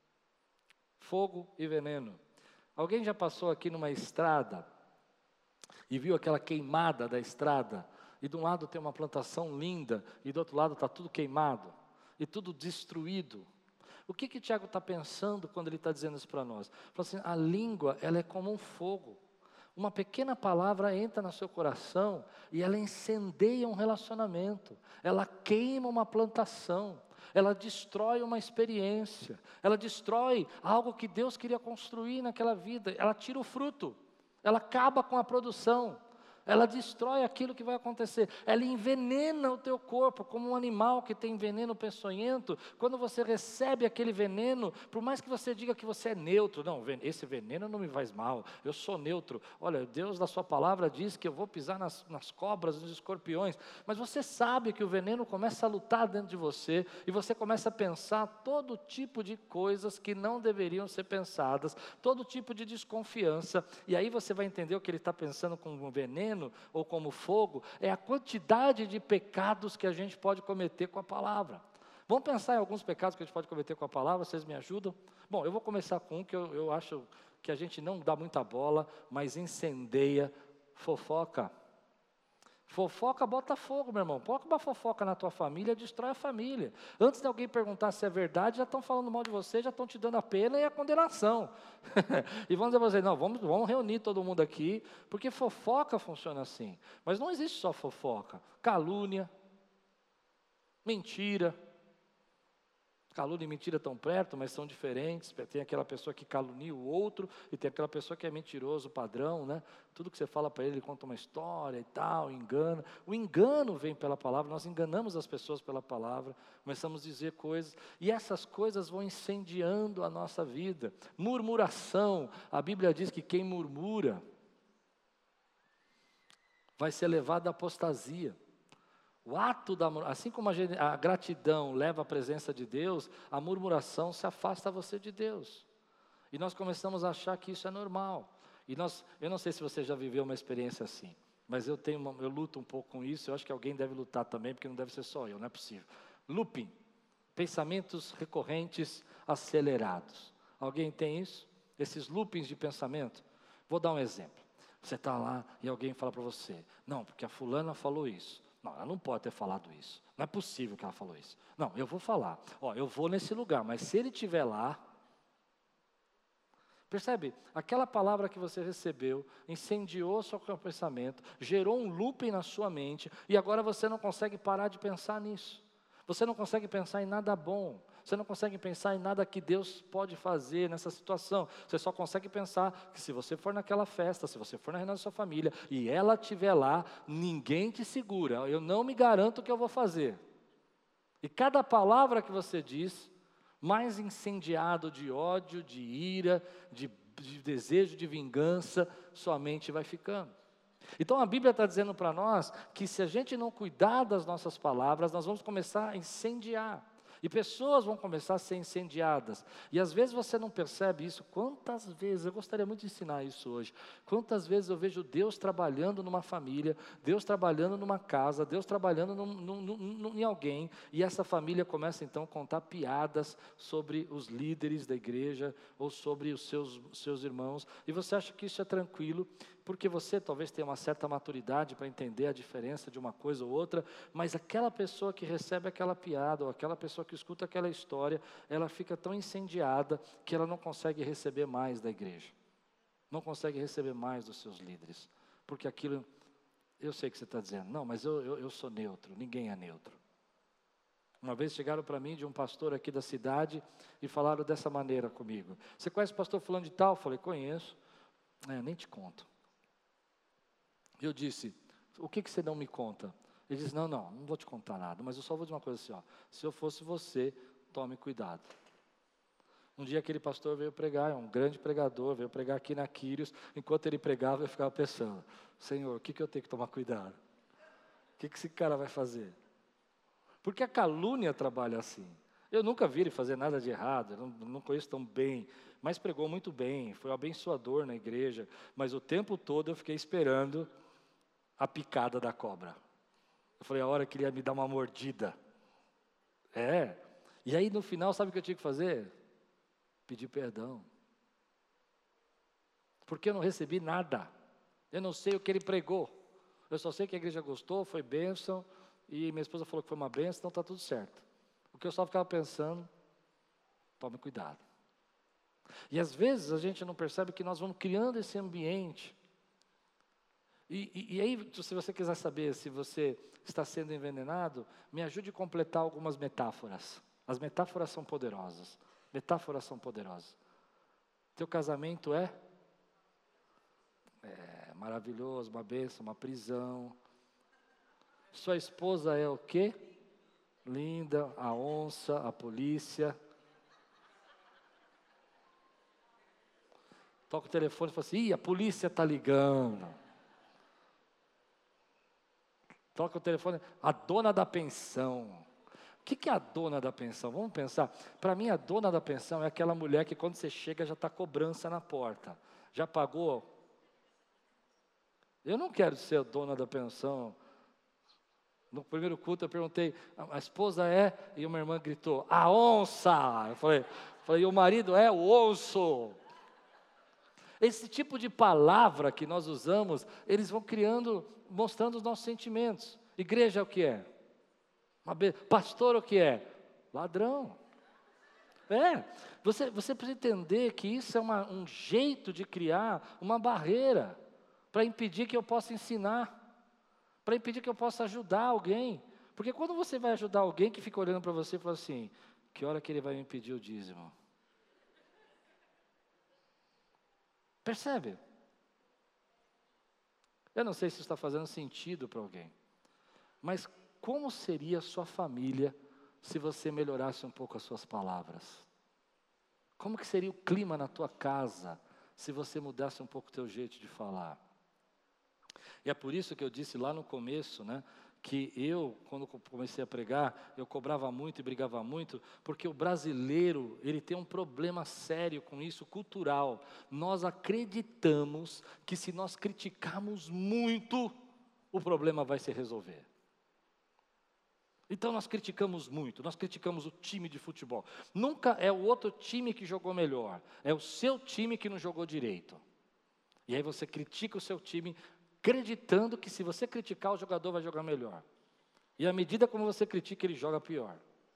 Fogo e veneno. Alguém já passou aqui numa estrada e viu aquela queimada da estrada? E de um lado tem uma plantação linda e do outro lado está tudo queimado e tudo destruído. O que Tiago está pensando quando ele está dizendo isso para nós? Ele fala assim, a língua, ela é como um fogo. Uma pequena palavra entra no seu coração e ela incendeia um relacionamento. Ela queima uma plantação. Ela destrói uma experiência. Ela destrói algo que Deus queria construir naquela vida. Ela tira o fruto. Ela acaba com a produção. Ela destrói aquilo que vai acontecer. Ela envenena o teu corpo, como um animal que tem veneno peçonhento. Quando você recebe aquele veneno, por mais que você diga que você é neutro, não, esse veneno não me faz mal, eu sou neutro. Olha, Deus da sua palavra diz que eu vou pisar nas cobras, nos escorpiões. Mas você sabe que o veneno começa a lutar dentro de você, e você começa a pensar todo tipo de coisas que não deveriam ser pensadas, todo tipo de desconfiança, e aí você vai entender o que ele está pensando com o veneno, ou como fogo, é a quantidade de pecados que a gente pode cometer com a palavra. Vamos pensar em alguns pecados que a gente pode cometer com a palavra, vocês me ajudam? Bom, eu vou começar com um que eu acho que a gente não dá muita bola, mas incendeia: fofoca. Fofoca bota fogo, meu irmão. Põe uma fofoca na tua família, destrói a família. Antes de alguém perguntar se é verdade, já estão falando mal de você, já estão te dando a pena e a condenação. E vamos dizer para você, não, vamos reunir todo mundo aqui, porque fofoca funciona assim. Mas não existe só fofoca. Calúnia, mentira. Calúnia e mentira estão perto, mas são diferentes. Tem aquela pessoa que calunia o outro, e tem aquela pessoa que é mentiroso, padrão, né? Tudo que você fala para ele conta uma história e tal, engana. O engano vem pela palavra, nós enganamos as pessoas pela palavra, começamos a dizer coisas, e essas coisas vão incendiando a nossa vida. Murmuração, a Bíblia diz que quem murmura vai ser levado à apostasia. O ato assim como a gratidão leva à presença de Deus, a murmuração se afasta você de Deus. E nós começamos a achar que isso é normal. Eu não sei se você já viveu uma experiência assim, mas eu luto um pouco com isso. Eu acho que alguém deve lutar também, porque não deve ser só eu, não é possível. Looping, pensamentos recorrentes acelerados. Alguém tem isso? Esses loopings de pensamento? Vou dar um exemplo. Você está lá e alguém fala para você, não, porque a fulana falou isso. Não, ela não pode ter falado isso. Não é possível que ela falou isso. Não, eu vou falar. Eu vou nesse lugar, mas se ele estiver lá... Percebe? Aquela palavra que você recebeu, incendiou seu pensamento, gerou um looping na sua mente, e agora você não consegue parar de pensar nisso. Você não consegue pensar em nada bom. Você não consegue pensar em nada que Deus pode fazer nessa situação. Você só consegue pensar que se você for naquela festa, se você for na reunião da sua família, e ela estiver lá, ninguém te segura. Eu não me garanto o que eu vou fazer. E cada palavra que você diz, mais incendiado de ódio, de ira, de desejo de vingança, sua mente vai ficando. Então a Bíblia está dizendo para nós que se a gente não cuidar das nossas palavras, nós vamos começar a incendiar. E pessoas vão começar a ser incendiadas. E às vezes você não percebe isso. Quantas vezes, eu gostaria muito de ensinar isso hoje. Quantas vezes eu vejo Deus trabalhando numa família, Deus trabalhando numa casa, Deus trabalhando em alguém. E essa família começa então a contar piadas sobre os líderes da igreja ou sobre os seus irmãos. E você acha que isso é tranquilo, porque você talvez tenha uma certa maturidade para entender a diferença de uma coisa ou outra, mas aquela pessoa que recebe aquela piada, ou aquela pessoa que escuta aquela história, ela fica tão incendiada que ela não consegue receber mais da igreja, não consegue receber mais dos seus líderes, porque aquilo, eu sei que você está dizendo, não, mas eu sou neutro, ninguém é neutro. Uma vez chegaram para mim de um pastor aqui da cidade e falaram dessa maneira comigo: você conhece o pastor fulano de tal? Eu falei, conheço. Nem te conto. Eu disse, o que você não me conta? Ele disse, não vou te contar nada, mas eu só vou dizer uma coisa assim, se eu fosse você, tome cuidado. Um dia aquele pastor veio pregar, é um grande pregador, veio pregar aqui na Quírios. Enquanto ele pregava, eu ficava pensando, Senhor, o que eu tenho que tomar cuidado? O que esse cara vai fazer? Porque a calúnia trabalha assim. Eu nunca vi ele fazer nada de errado, eu não conheço tão bem, mas pregou muito bem, foi um abençoador na igreja, mas o tempo todo eu fiquei esperando a picada da cobra. Eu falei, a hora que ele ia me dar uma mordida. E aí no final, sabe o que eu tinha que fazer? Pedir perdão. Porque eu não recebi nada. Eu não sei o que ele pregou. Eu só sei que a igreja gostou, foi bênção, e minha esposa falou que foi uma bênção, então está tudo certo. O que eu só ficava pensando, tome cuidado. E às vezes a gente não percebe que nós vamos criando esse ambiente. E aí, se você quiser saber se você está sendo envenenado, me ajude a completar algumas metáforas. As metáforas são poderosas. Metáforas são poderosas. Teu casamento é maravilhoso, uma bênção, uma prisão. Sua esposa é o quê? Linda, a onça, a polícia. Toca o telefone e fala assim, a polícia está ligando. Toca o telefone, a dona da pensão. O que é a dona da pensão? Vamos pensar. Para mim, a dona da pensão é aquela mulher que quando você chega já está cobrança na porta. Já pagou? Eu não quero ser a dona da pensão. No primeiro culto eu perguntei, a esposa é? E uma irmã gritou, a onça! Eu falei, e o marido é o osso. Esse tipo de palavra que nós usamos, eles vão criando, mostrando os nossos sentimentos. Igreja é o que é? Pastor o que é? Ladrão. Você precisa entender que isso é um jeito de criar uma barreira, para impedir que eu possa ensinar, para impedir que eu possa ajudar alguém. Porque quando você vai ajudar alguém que fica olhando para você e fala assim, que hora que ele vai me pedir o dízimo? Percebe? Eu não sei se isso está fazendo sentido para alguém, mas como seria a sua família se você melhorasse um pouco as suas palavras? Como que seria o clima na tua casa se você mudasse um pouco o teu jeito de falar? E é por isso que eu disse lá no começo, que eu, quando comecei a pregar, eu cobrava muito e brigava muito, porque o brasileiro, ele tem um problema sério com isso, cultural. Nós acreditamos que se nós criticarmos muito, o problema vai se resolver. Então nós criticamos muito, nós criticamos o time de futebol. Nunca é o outro time que jogou melhor, é o seu time que não jogou direito. E aí você critica o seu time, acreditando que se você criticar, o jogador vai jogar melhor. E à medida como você critica, ele joga pior.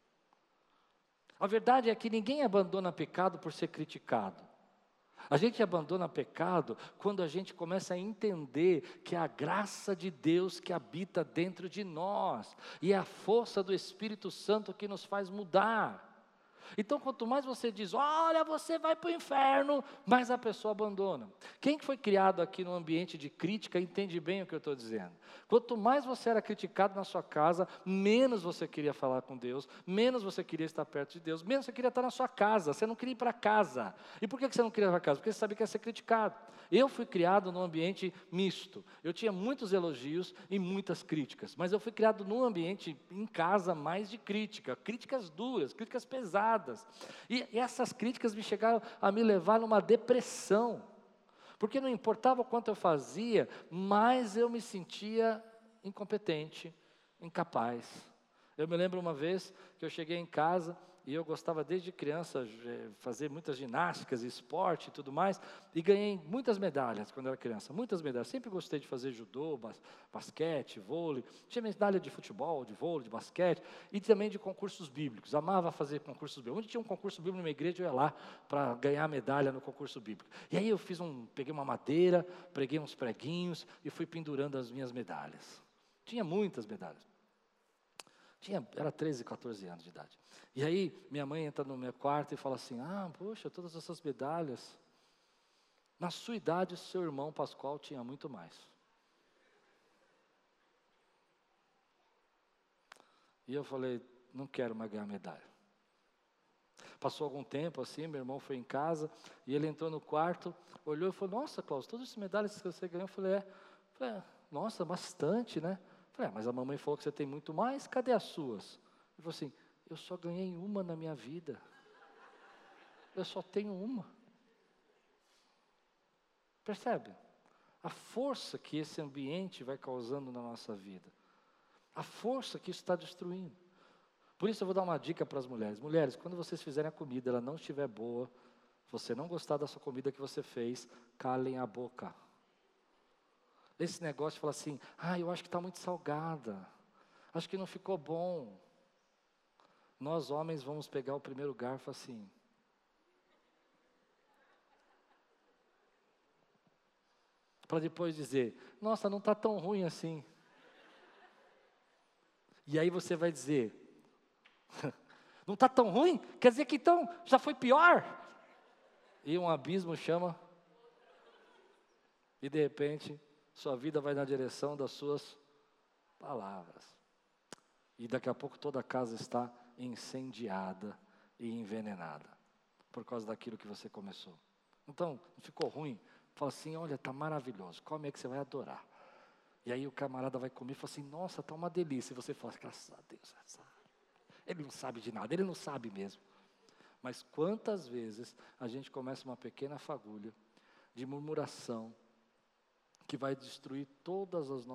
A verdade é que ninguém abandona pecado por ser criticado. A gente abandona pecado quando a gente começa a entender que é a graça de Deus que habita dentro de nós. E é a força do Espírito Santo que nos faz mudar. Então, quanto mais você diz, olha, você vai para o inferno, mais a pessoa abandona. Quem que foi criado aqui num ambiente de crítica entende bem o que eu estou dizendo. Quanto mais você era criticado na sua casa, menos você queria falar com Deus, menos você queria estar perto de Deus, menos você queria estar na sua casa, você não queria ir para casa. E por que você não queria ir para casa? Porque você sabia que ia ser criticado. Eu fui criado num ambiente misto. Eu tinha muitos elogios e muitas críticas, mas eu fui criado num ambiente em casa mais de crítica, críticas duras, críticas pesadas. E essas críticas me chegaram a me levar numa depressão, porque não importava o quanto eu fazia, mais eu me sentia incompetente, incapaz. Eu me lembro uma vez que eu cheguei em casa e eu gostava desde criança fazer muitas ginásticas, esporte e tudo mais, e ganhei muitas medalhas quando eu era criança, muitas medalhas. Sempre gostei de fazer judô, basquete, vôlei, tinha medalha de futebol, de vôlei, de basquete, e também de concursos bíblicos, amava fazer concursos bíblicos. Onde tinha um concurso bíblico numa igreja, eu ia lá para ganhar medalha no concurso bíblico. E aí eu peguei uma madeira, preguei uns preguinhos e fui pendurando as minhas medalhas. Tinha muitas medalhas. Era 13, 14 anos de idade. E aí, minha mãe entra no meu quarto e fala assim, poxa, todas essas medalhas. Na sua idade, o seu irmão Pascoal tinha muito mais. E eu falei, não quero mais ganhar medalha. Passou algum tempo assim, meu irmão foi em casa, e ele entrou no quarto, olhou e falou, nossa, Cláudio, todas as medalhas que você ganhou, eu falei, nossa, bastante, né? Falei, mas a mamãe falou que você tem muito mais, cadê as suas? Ele falou assim, eu só ganhei uma na minha vida. Eu só tenho uma. Percebe? A força que esse ambiente vai causando na nossa vida. A força que isso está destruindo. Por isso eu vou dar uma dica para as mulheres. Mulheres, quando vocês fizerem a comida, ela não estiver boa, você não gostar da sua comida que você fez, calem a boca. Esse negócio de falar assim, eu acho que está muito salgada, acho que não ficou bom. Nós homens vamos pegar o primeiro garfo assim. Para depois dizer, nossa, não está tão ruim assim. E aí você vai dizer, não está tão ruim? Quer dizer que então já foi pior? E um abismo chama, e de repente, sua vida vai na direção das suas palavras. E daqui a pouco toda a casa está incendiada e envenenada, por causa daquilo que você começou. Então, não ficou ruim? Fala assim, olha, está maravilhoso, come aí que você vai adorar. E aí o camarada vai comer e fala assim, nossa, está uma delícia. E você fala, graças a Deus, ele não sabe de nada, ele não sabe mesmo. Mas quantas vezes a gente começa uma pequena fagulha de murmuração que vai destruir todas as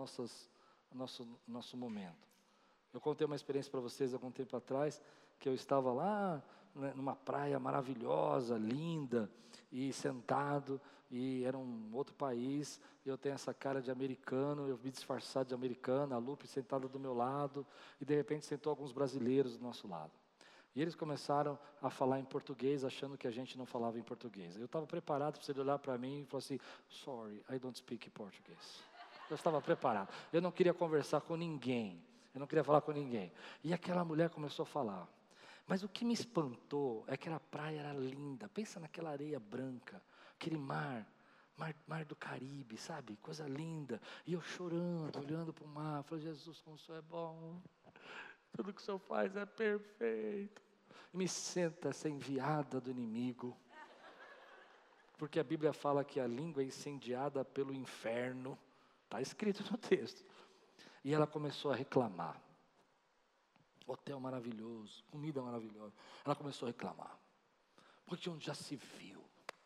nosso momento. Eu contei uma experiência para vocês algum tempo atrás, que eu estava lá, né, numa praia maravilhosa, linda, e sentado, e era um outro país, eu tenho essa cara de americano, eu me disfarçado de americano, a Lupe sentada do meu lado, e de repente sentou alguns brasileiros do nosso lado. E eles começaram a falar em português, achando que a gente não falava em português. Eu estava preparado para ele olhar para mim e falar assim, sorry, I don't speak Portuguese. Eu estava preparado. Eu não queria conversar com ninguém. Eu não queria falar com ninguém. E aquela mulher começou a falar. Mas o que me espantou é que a praia era linda. Pensa naquela areia branca, aquele mar do Caribe, sabe? Coisa linda. E eu chorando, olhando para o mar. Falei, Jesus, como o Senhor é bom. Tudo que o Senhor faz é perfeito. E me senta essa enviada do inimigo. Porque a Bíblia fala que a língua é incendiada pelo inferno. Está escrito no texto. E ela começou a reclamar. Hotel maravilhoso, comida maravilhosa. Ela começou a reclamar. Porque onde já se viu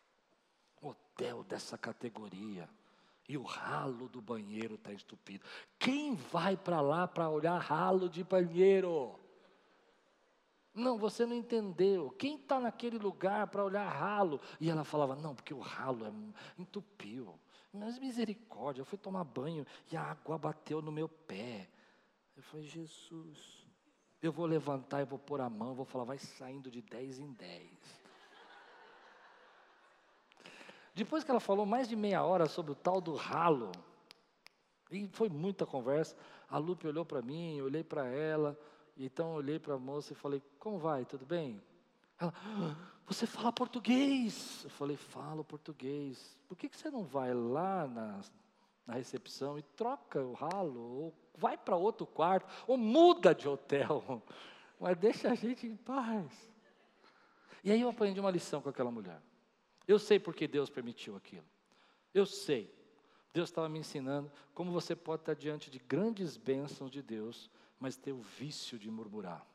hotel dessa categoria e o ralo do banheiro está estupido. Quem vai para lá para olhar ralo de banheiro? Não, você não entendeu. Quem está naquele lugar para olhar ralo? E ela falava, não, porque o ralo entupiu. Mas misericórdia, eu fui tomar banho e a água bateu no meu pé. Eu falei, Jesus, eu vou levantar e vou pôr a mão, vou falar, vai saindo de 10 em 10. Depois que ela falou mais de meia hora sobre o tal do ralo, e foi muita conversa, a Lupe olhou para mim, eu olhei para ela, então eu olhei para a moça e falei, como vai, tudo bem? Ela, você fala português? Eu falei, falo português. Por que você não vai lá na recepção e troca o ralo? Ou vai para outro quarto? Ou muda de hotel? Mas deixa a gente em paz. E aí eu aprendi uma lição com aquela mulher. Eu sei porque Deus permitiu aquilo. Eu sei. Deus estava me ensinando como você pode estar diante de grandes bênçãos de Deus, mas ter o vício de murmurar.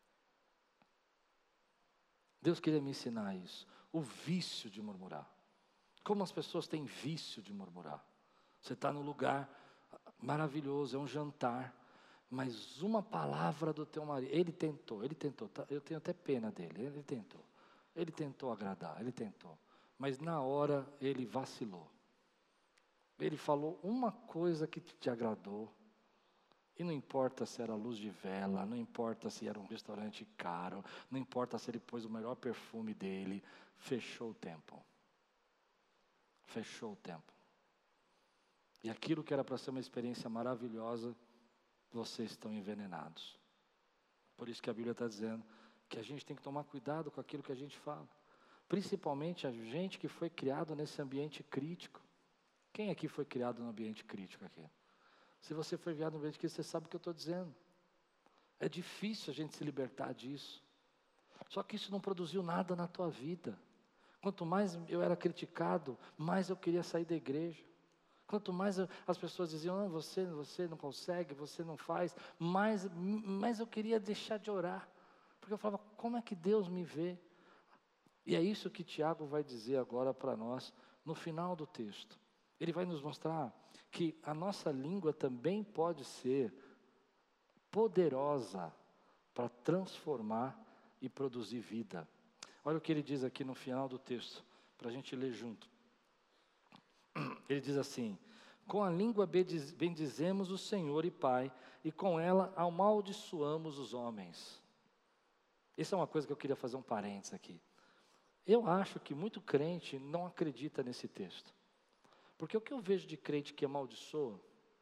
Deus queria me ensinar isso, o vício de murmurar. Como as pessoas têm vício de murmurar. Você está num lugar maravilhoso, é um jantar, mas uma palavra do teu marido, ele tentou, tá? Eu tenho até pena dele, ele tentou agradar, ele tentou, mas na hora ele vacilou. Ele falou uma coisa que te agradou, e não importa se era luz de vela, não importa se era um restaurante caro, não importa se ele pôs o melhor perfume dele, fechou o tempo. Fechou o tempo. E aquilo que era para ser uma experiência maravilhosa, vocês estão envenenados. Por isso que a Bíblia está dizendo que a gente tem que tomar cuidado com aquilo que a gente fala. Principalmente a gente que foi criado nesse ambiente crítico. Quem aqui foi criado no ambiente crítico aqui? Se você foi criado no ambiente crítico, você sabe o que eu estou dizendo. É difícil a gente se libertar disso. Só que isso não produziu nada na tua vida. Quanto mais eu era criticado, mais eu queria sair da igreja. Quanto mais as pessoas diziam, não, você não consegue, você não faz, mais eu queria deixar de orar. Porque eu falava, como é que Deus me vê? E é isso que Tiago vai dizer agora para nós, no final do texto. Ele vai nos mostrar que a nossa língua também pode ser poderosa para transformar e produzir vida. Olha o que ele diz aqui no final do texto, para a gente ler junto. Ele diz assim, com a língua bendizemos o Senhor e Pai, e com ela amaldiçoamos os homens. Isso é uma coisa que eu queria fazer um parênteses aqui. Eu acho que muito crente não acredita nesse texto. Porque o que eu vejo de crente que amaldiçoa,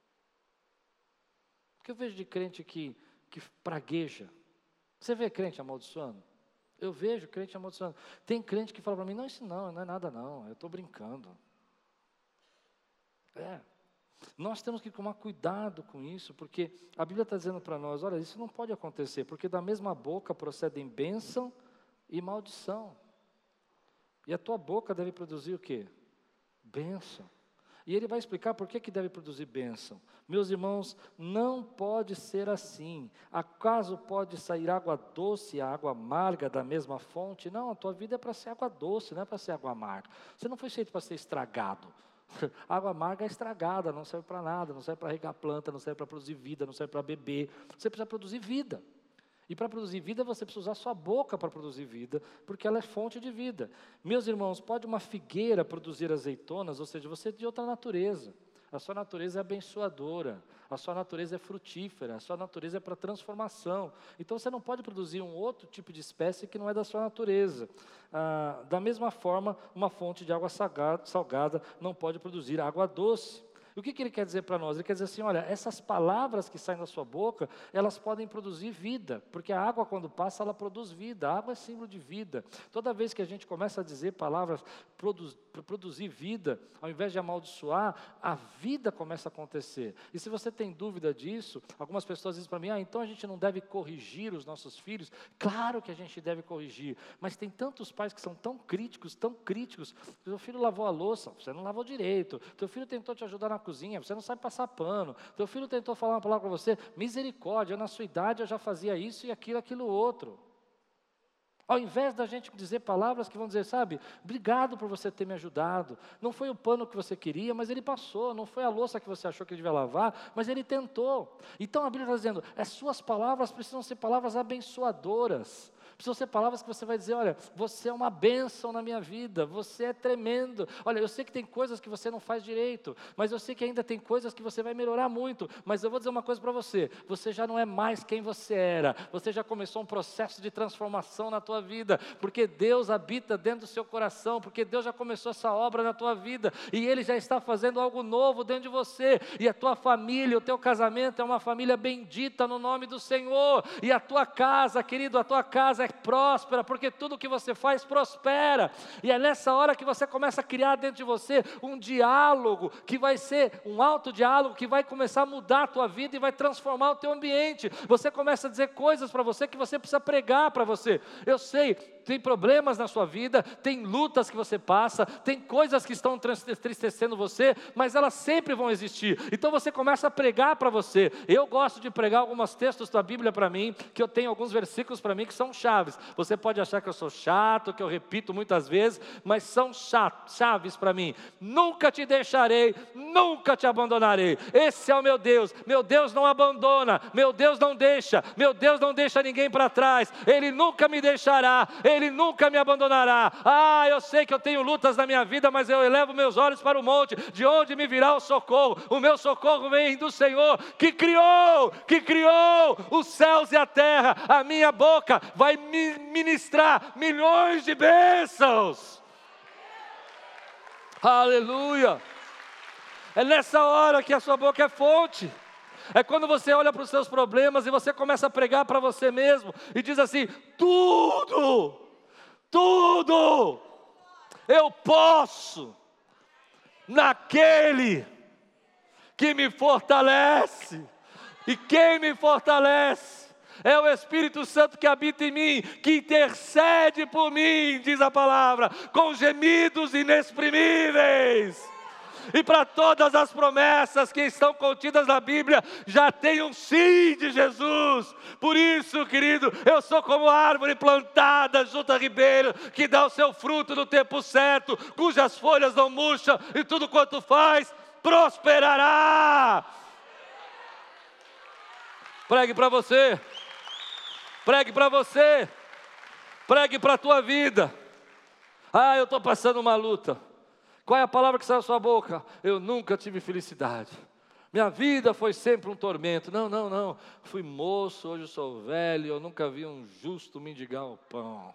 o que eu vejo de crente que pragueja, você vê crente amaldiçoando? Eu vejo crente amaldiçoando. Tem crente que fala para mim, não, isso não é nada não, eu estou brincando. Nós temos que tomar cuidado com isso, porque a Bíblia está dizendo para nós, olha, isso não pode acontecer, porque da mesma boca procedem bênção e maldição. E a tua boca deve produzir o quê? Bênção. E ele vai explicar por que deve produzir bênção. Meus irmãos, não pode ser assim. Acaso pode sair água doce e água amarga da mesma fonte? Não, a tua vida é para ser água doce, não é para ser água amarga. Você não foi feito para ser estragado. Água amarga é estragada, não serve para nada, não serve para regar planta, não serve para produzir vida, não serve para beber. Você precisa produzir vida. E para produzir vida, você precisa usar sua boca para produzir vida, porque ela é fonte de vida. Meus irmãos, pode uma figueira produzir azeitonas, ou seja, você é de outra natureza. A sua natureza é abençoadora, a sua natureza é frutífera, a sua natureza é para transformação. Então você não pode produzir um outro tipo de espécie que não é da sua natureza. Da mesma forma, uma fonte de água salgada não pode produzir água doce. O que ele quer dizer para nós? Ele quer dizer assim, olha, essas palavras que saem da sua boca, elas podem produzir vida, porque a água quando passa, ela produz vida, a água é símbolo de vida. Toda vez que a gente começa a dizer palavras para produzir vida, ao invés de amaldiçoar, a vida começa a acontecer. E se você tem dúvida disso, algumas pessoas dizem para mim, então a gente não deve corrigir os nossos filhos? Claro que a gente deve corrigir, mas tem tantos pais que são tão críticos, teu filho lavou a louça, você não lavou direito, teu filho tentou te ajudar na cozinha, você não sabe passar pano, teu filho tentou falar uma palavra para você, misericórdia, na sua idade eu já fazia isso e aquilo outro. Ao invés da gente dizer palavras que vão dizer, sabe, obrigado por você ter me ajudado, não foi o pano que você queria, mas ele passou, não foi a louça que você achou que ele devia lavar, mas ele tentou. Então a Bíblia está dizendo, as suas palavras precisam ser palavras abençoadoras, precisam ser palavras que você vai dizer, olha, você é uma bênção na minha vida, você é tremendo, olha, eu sei que tem coisas que você não faz direito, mas eu sei que ainda tem coisas que você vai melhorar muito, mas eu vou dizer uma coisa para você, você já não é mais quem você era, você já começou um processo de transformação na tua vida, porque Deus habita dentro do seu coração, porque Deus já começou essa obra na tua vida, e Ele já está fazendo algo novo dentro de você, e a tua família, o teu casamento é uma família bendita no nome do Senhor, e a tua casa, querido, a tua casa é próspera, porque tudo que você faz prospera. E é nessa hora que você começa a criar dentro de você um diálogo, que vai ser um autodiálogo, que vai começar a mudar a tua vida e vai transformar o teu ambiente. Você começa a dizer coisas para você que você precisa pregar para você. Eu sei, tem problemas na sua vida, tem lutas que você passa, tem coisas que estão entristecendo você, mas elas sempre vão existir. Então você começa a pregar para você. Eu gosto de pregar alguns textos da Bíblia para mim, que eu tenho alguns versículos para mim que são chaves. Você pode achar que eu sou chato, que eu repito muitas vezes, mas são chaves para mim. Nunca te deixarei, nunca te abandonarei. Esse é o meu Deus. Meu Deus não abandona, meu Deus não deixa, meu Deus não deixa ninguém para trás. Ele nunca me deixará, Ele nunca me abandonará. Eu sei que eu tenho lutas na minha vida, mas eu elevo meus olhos para o monte, de onde me virá o socorro. O meu socorro vem do Senhor, que criou os céus e a terra. A minha boca vai ministrar milhões de bênçãos. Aleluia. É nessa hora que a sua boca é fonte. É quando você olha para os seus problemas e você começa a pregar para você mesmo e diz assim: tudo eu posso naquele que me fortalece. E quem me fortalece é o Espírito Santo que habita em mim, que intercede por mim, diz a palavra, com gemidos inexprimíveis. E para todas as promessas que estão contidas na Bíblia, já tem um sim de Jesus. Por isso, querido, eu sou como árvore plantada junto a ribeiro, que dá o seu fruto no tempo certo, cujas folhas não murcham, e tudo quanto faz, prosperará. Pregue para você, pregue para você, pregue para a tua vida. Eu estou passando uma luta. Qual é a palavra que sai da sua boca? Eu nunca tive felicidade. Minha vida foi sempre um tormento. Não. Fui moço, hoje eu sou velho, eu nunca vi um justo mendigar o pão.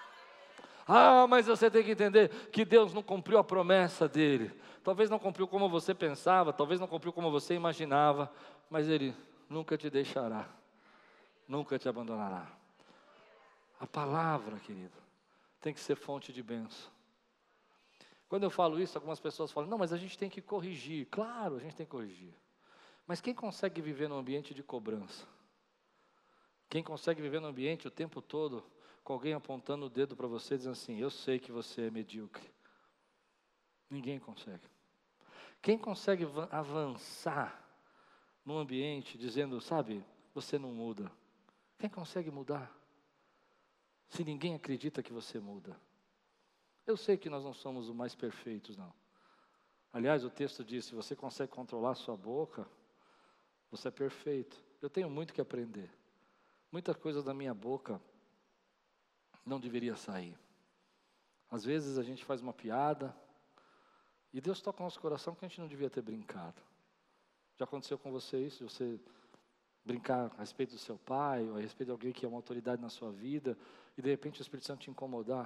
Mas você tem que entender que Deus não cumpriu a promessa dele. Talvez não cumpriu como você pensava, talvez não cumpriu como você imaginava, mas Ele nunca te deixará, nunca te abandonará. A palavra, querido, tem que ser fonte de bênção. Quando eu falo isso, algumas pessoas falam: não, mas a gente tem que corrigir. Claro, a gente tem que corrigir. Mas quem consegue viver num ambiente de cobrança? Quem consegue viver num ambiente o tempo todo com alguém apontando o dedo para você, dizendo assim: eu sei que você é medíocre? Ninguém consegue. Quem consegue avançar num ambiente dizendo: sabe, você não muda? Quem consegue mudar? Se ninguém acredita que você muda. Eu sei que nós não somos os mais perfeitos, não. Aliás, o texto diz: se você consegue controlar a sua boca, você é perfeito. Eu tenho muito que aprender. Muitas coisas da minha boca não deveria sair. Às vezes a gente faz uma piada e Deus toca no nosso coração que a gente não devia ter brincado. Já aconteceu com você isso? De você brincar a respeito do seu pai, ou a respeito de alguém que é uma autoridade na sua vida, e de repente o Espírito Santo te incomodar?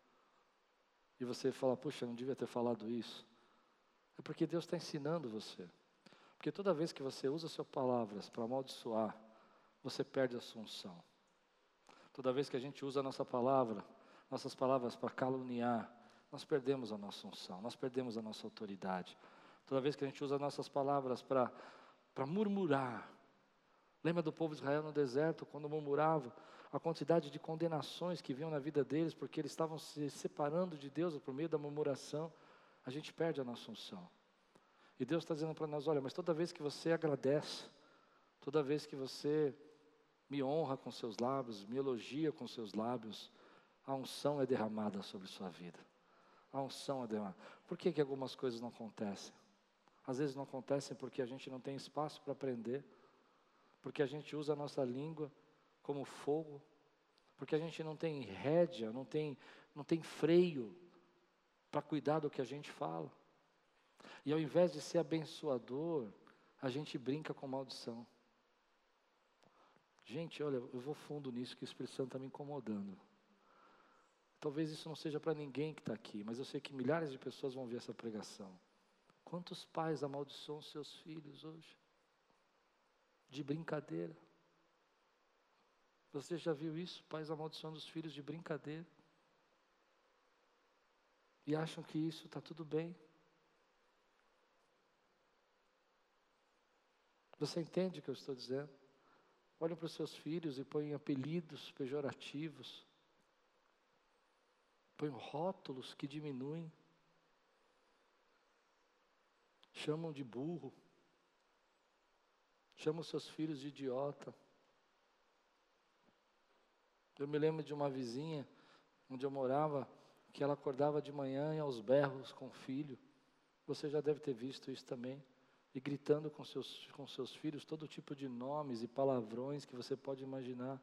E você fala: puxa, eu não devia ter falado isso. É porque Deus está ensinando você. Porque toda vez que você usa suas palavras para amaldiçoar, você perde a sua unção. Toda vez que a gente usa nossas palavras para caluniar, nós perdemos a nossa unção, nós perdemos a nossa autoridade. Toda vez que a gente usa nossas palavras para murmurar. Lembra do povo de Israel no deserto, quando murmurava? A quantidade de condenações que vinham na vida deles, porque eles estavam se separando de Deus por meio da murmuração. A gente perde a nossa unção. E Deus está dizendo para nós: olha, mas toda vez que você agradece, toda vez que você me honra com seus lábios, me elogia com seus lábios, a unção é derramada sobre sua vida. A unção é derramada. Por que algumas coisas não acontecem? Às vezes não acontecem porque a gente não tem espaço para aprender, porque a gente usa a nossa língua como fogo, porque a gente não tem rédea, não tem freio para cuidar do que a gente fala. E ao invés de ser abençoador, a gente brinca com maldição. Gente, olha, eu vou fundo nisso, que o Espírito Santo está me incomodando. Talvez isso não seja para ninguém que está aqui, mas eu sei que milhares de pessoas vão ver essa pregação. Quantos pais amaldiçoam seus filhos hoje? De brincadeira. Você já viu isso? Pais amaldiçoando os filhos de brincadeira. E acham que isso está tudo bem. Você entende o que eu estou dizendo? Olhem para os seus filhos e põem apelidos pejorativos. Põem rótulos que diminuem. Chamam de burro. Chamam seus filhos de idiota. Eu me lembro de uma vizinha, onde eu morava, que ela acordava de manhã e aos berros com o filho. Você já deve ter visto isso também. E gritando com seus filhos todo tipo de nomes e palavrões que você pode imaginar.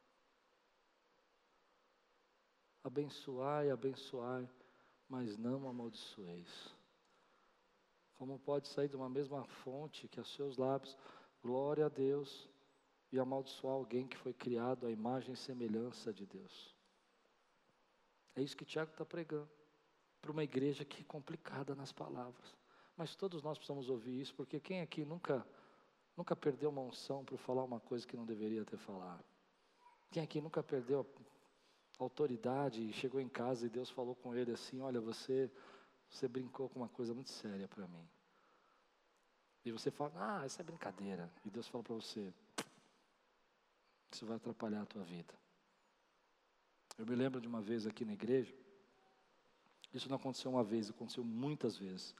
Abençoai, abençoai, mas não amaldiçoeis. Como pode sair de uma mesma fonte que aos seus lábios, glória a Deus, e amaldiçoar alguém que foi criado à imagem e semelhança de Deus? É isso que Tiago está pregando, para uma igreja que é complicada nas palavras. Mas todos nós precisamos ouvir isso, porque quem aqui nunca perdeu uma unção por falar uma coisa que não deveria ter falado? Quem aqui nunca perdeu a autoridade e chegou em casa e Deus falou com ele assim: olha, você brincou com uma coisa muito séria para mim. E você fala: isso é brincadeira. E Deus fala para você: isso vai atrapalhar a tua vida. Eu me lembro de uma vez aqui na igreja, isso não aconteceu uma vez, aconteceu muitas vezes,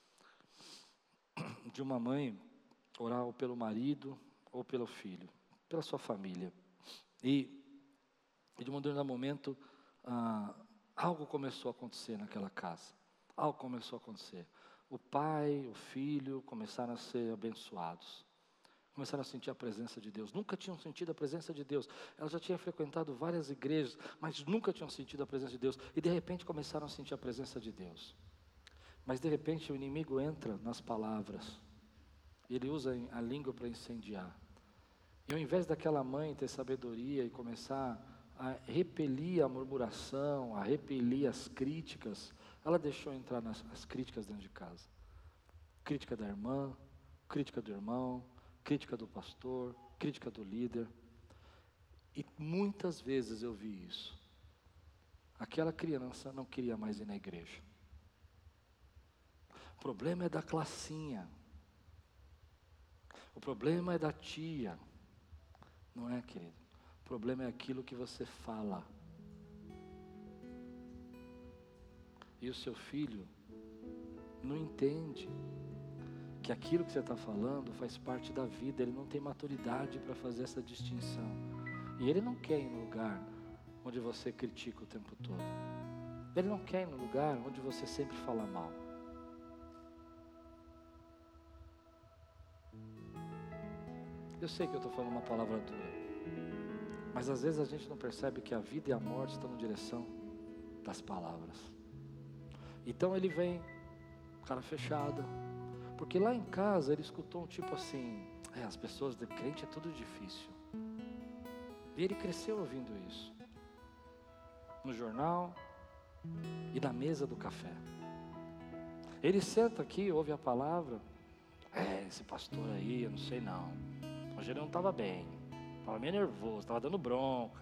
de uma mãe orar ou pelo marido ou pelo filho, pela sua família. E de um determinado momento, algo começou a acontecer naquela casa. Algo começou a acontecer. O pai, o filho começaram a ser abençoados. Começaram a sentir a presença de Deus. Nunca tinham sentido a presença de Deus. Ela já tinha frequentado várias igrejas, mas nunca tinham sentido a presença de Deus. E de repente começaram a sentir a presença de Deus. Mas de repente o inimigo entra nas palavras. Ele usa a língua para incendiar. E ao invés daquela mãe ter sabedoria e começar a repelir a murmuração, a repelir as críticas, ela deixou entrar as críticas dentro de casa. Crítica da irmã, crítica do irmão, crítica do pastor, crítica do líder. E muitas vezes eu vi isso. Aquela criança não queria mais ir na igreja. O problema é da classinha. O problema é da tia. Não é, querido? O problema é aquilo que você fala. E o seu filho não entende que aquilo que você está falando faz parte da vida. Ele não tem maturidade para fazer essa distinção. E ele não quer ir no lugar onde você critica o tempo todo. Ele não quer ir no lugar onde você sempre fala mal. Eu sei que eu estou falando uma palavra dura, mas às vezes a gente não percebe que a vida e a morte estão na direção das palavras. Então ele vem, cara fechada, porque lá em casa ele escutou um tipo assim: as pessoas de crente é tudo difícil. E ele cresceu ouvindo isso, no jornal e na mesa do café. Ele senta aqui, ouve a palavra: esse pastor aí, eu não sei não, hoje ele não estava bem, estava meio nervoso, estava dando bronca.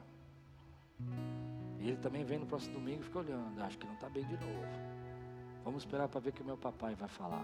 E ele também vem no próximo domingo e fica olhando: acho que não está bem de novo. Vamos esperar para ver o que o meu papai vai falar.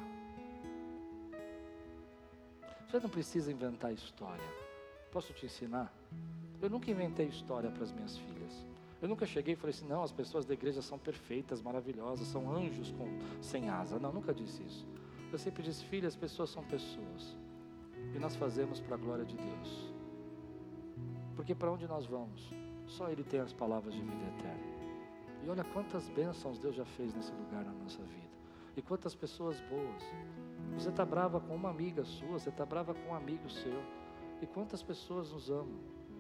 Você não precisa inventar história. Posso te ensinar? Eu nunca inventei história para as minhas filhas. Eu nunca cheguei e falei assim: não, as pessoas da igreja são perfeitas, maravilhosas, são anjos sem asa. Não, nunca disse isso. Eu sempre disse: filha, as pessoas são pessoas. E nós fazemos para a glória de Deus. Porque para onde nós vamos? Só Ele tem as palavras de vida eterna. E olha quantas bênçãos Deus já fez nesse lugar na nossa vida. E quantas pessoas boas. Você está brava com uma amiga sua, você está brava com um amigo seu. E quantas pessoas nos amam.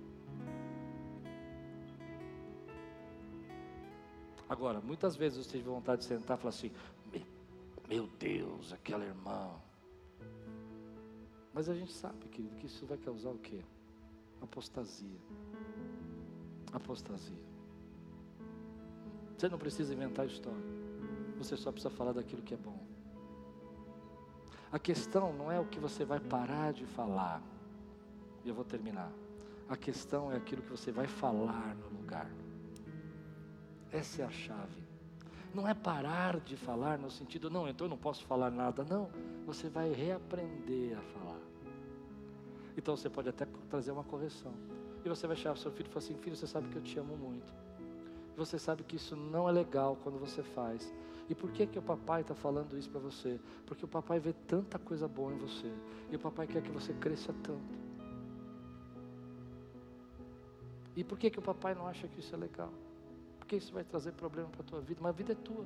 Agora, muitas vezes eu tive vontade de sentar e falar assim: meu Deus, aquela irmã. Mas a gente sabe, querido, que isso vai causar o quê? Apostasia. Apostasia. Você não precisa inventar história. Você só precisa falar daquilo que é bom. A questão não é o que você vai parar de falar. E eu vou terminar. A questão é aquilo que você vai falar no lugar. Essa é a chave. Não é parar de falar no sentido, não, então eu não posso falar nada. Não, você vai reaprender a falar. Então você pode até trazer uma correção. E você vai chamar seu filho e falar assim: filho, você sabe que eu te amo muito. Você sabe que isso não é legal quando você faz. E por que o papai está falando isso para você? Porque o papai vê tanta coisa boa em você. E o papai quer que você cresça tanto. E por que o papai não acha que isso é legal? Porque isso vai trazer problema para a tua vida. Mas a vida é tua.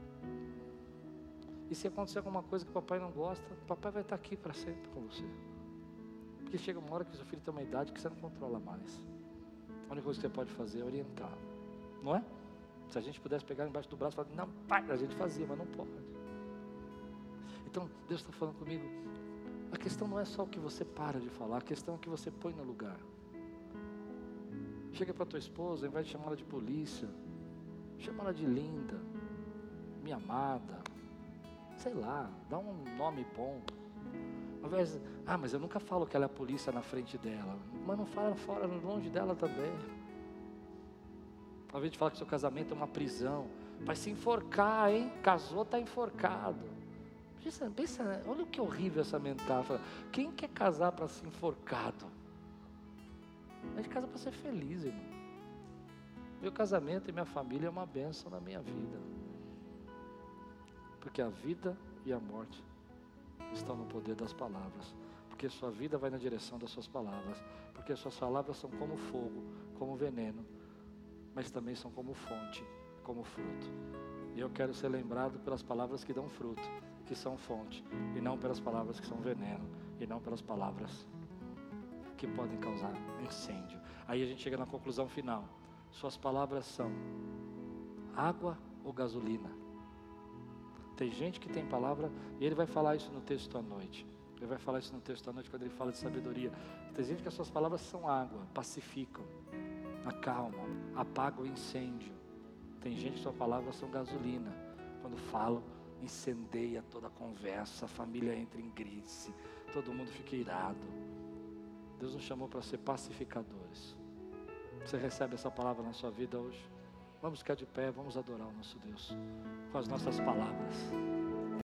E se acontecer alguma coisa que o papai não gosta, o papai vai estar aqui para sempre com você. Porque chega uma hora que seu filho tem uma idade que você não controla mais. A única coisa que você pode fazer é orientar. Não é? Se a gente pudesse pegar embaixo do braço e falar: não, pai, a gente fazia, mas não pode. Então, Deus está falando comigo. A questão não é só o que você para de falar, a questão é o que você põe no lugar. Chega para tua esposa, ao invés de chamar ela de polícia, chama ela de linda, minha amada, sei lá, dá um nome bom. Ao invés de, mas eu nunca falo que ela é a polícia na frente dela, mas não fala fora, longe dela também. Ao invés de falar que seu casamento é uma prisão, vai se enforcar, hein? Casou, está enforcado. Pensa, olha que horrível essa metáfora. Quem quer casar para ser enforcado? A gente casa para ser feliz, irmão. Meu casamento e minha família é uma bênção na minha vida. Porque a vida e a morte estão no poder das palavras. Porque sua vida vai na direção das suas palavras. Porque suas palavras são como fogo, como veneno, mas também são como fonte, como fruto. E eu quero ser lembrado pelas palavras que dão fruto, que são fonte, e não pelas palavras que são veneno, e não pelas palavras que podem causar incêndio. Aí a gente chega na conclusão final. Suas palavras são água ou gasolina? Tem gente que tem palavra, e ele vai falar isso no texto à noite. Ele vai falar isso no texto à noite quando ele fala de sabedoria. Tem gente que as suas palavras são água, pacificam, acalmam, apagam o incêndio. Tem gente que suas palavras são gasolina. Quando falam, incendeia toda a conversa, a família entra em crise, todo mundo fica irado. Deus nos chamou para ser pacificadores. Você recebe essa palavra na sua vida hoje? Vamos ficar de pé, vamos adorar o nosso Deus com as nossas palavras.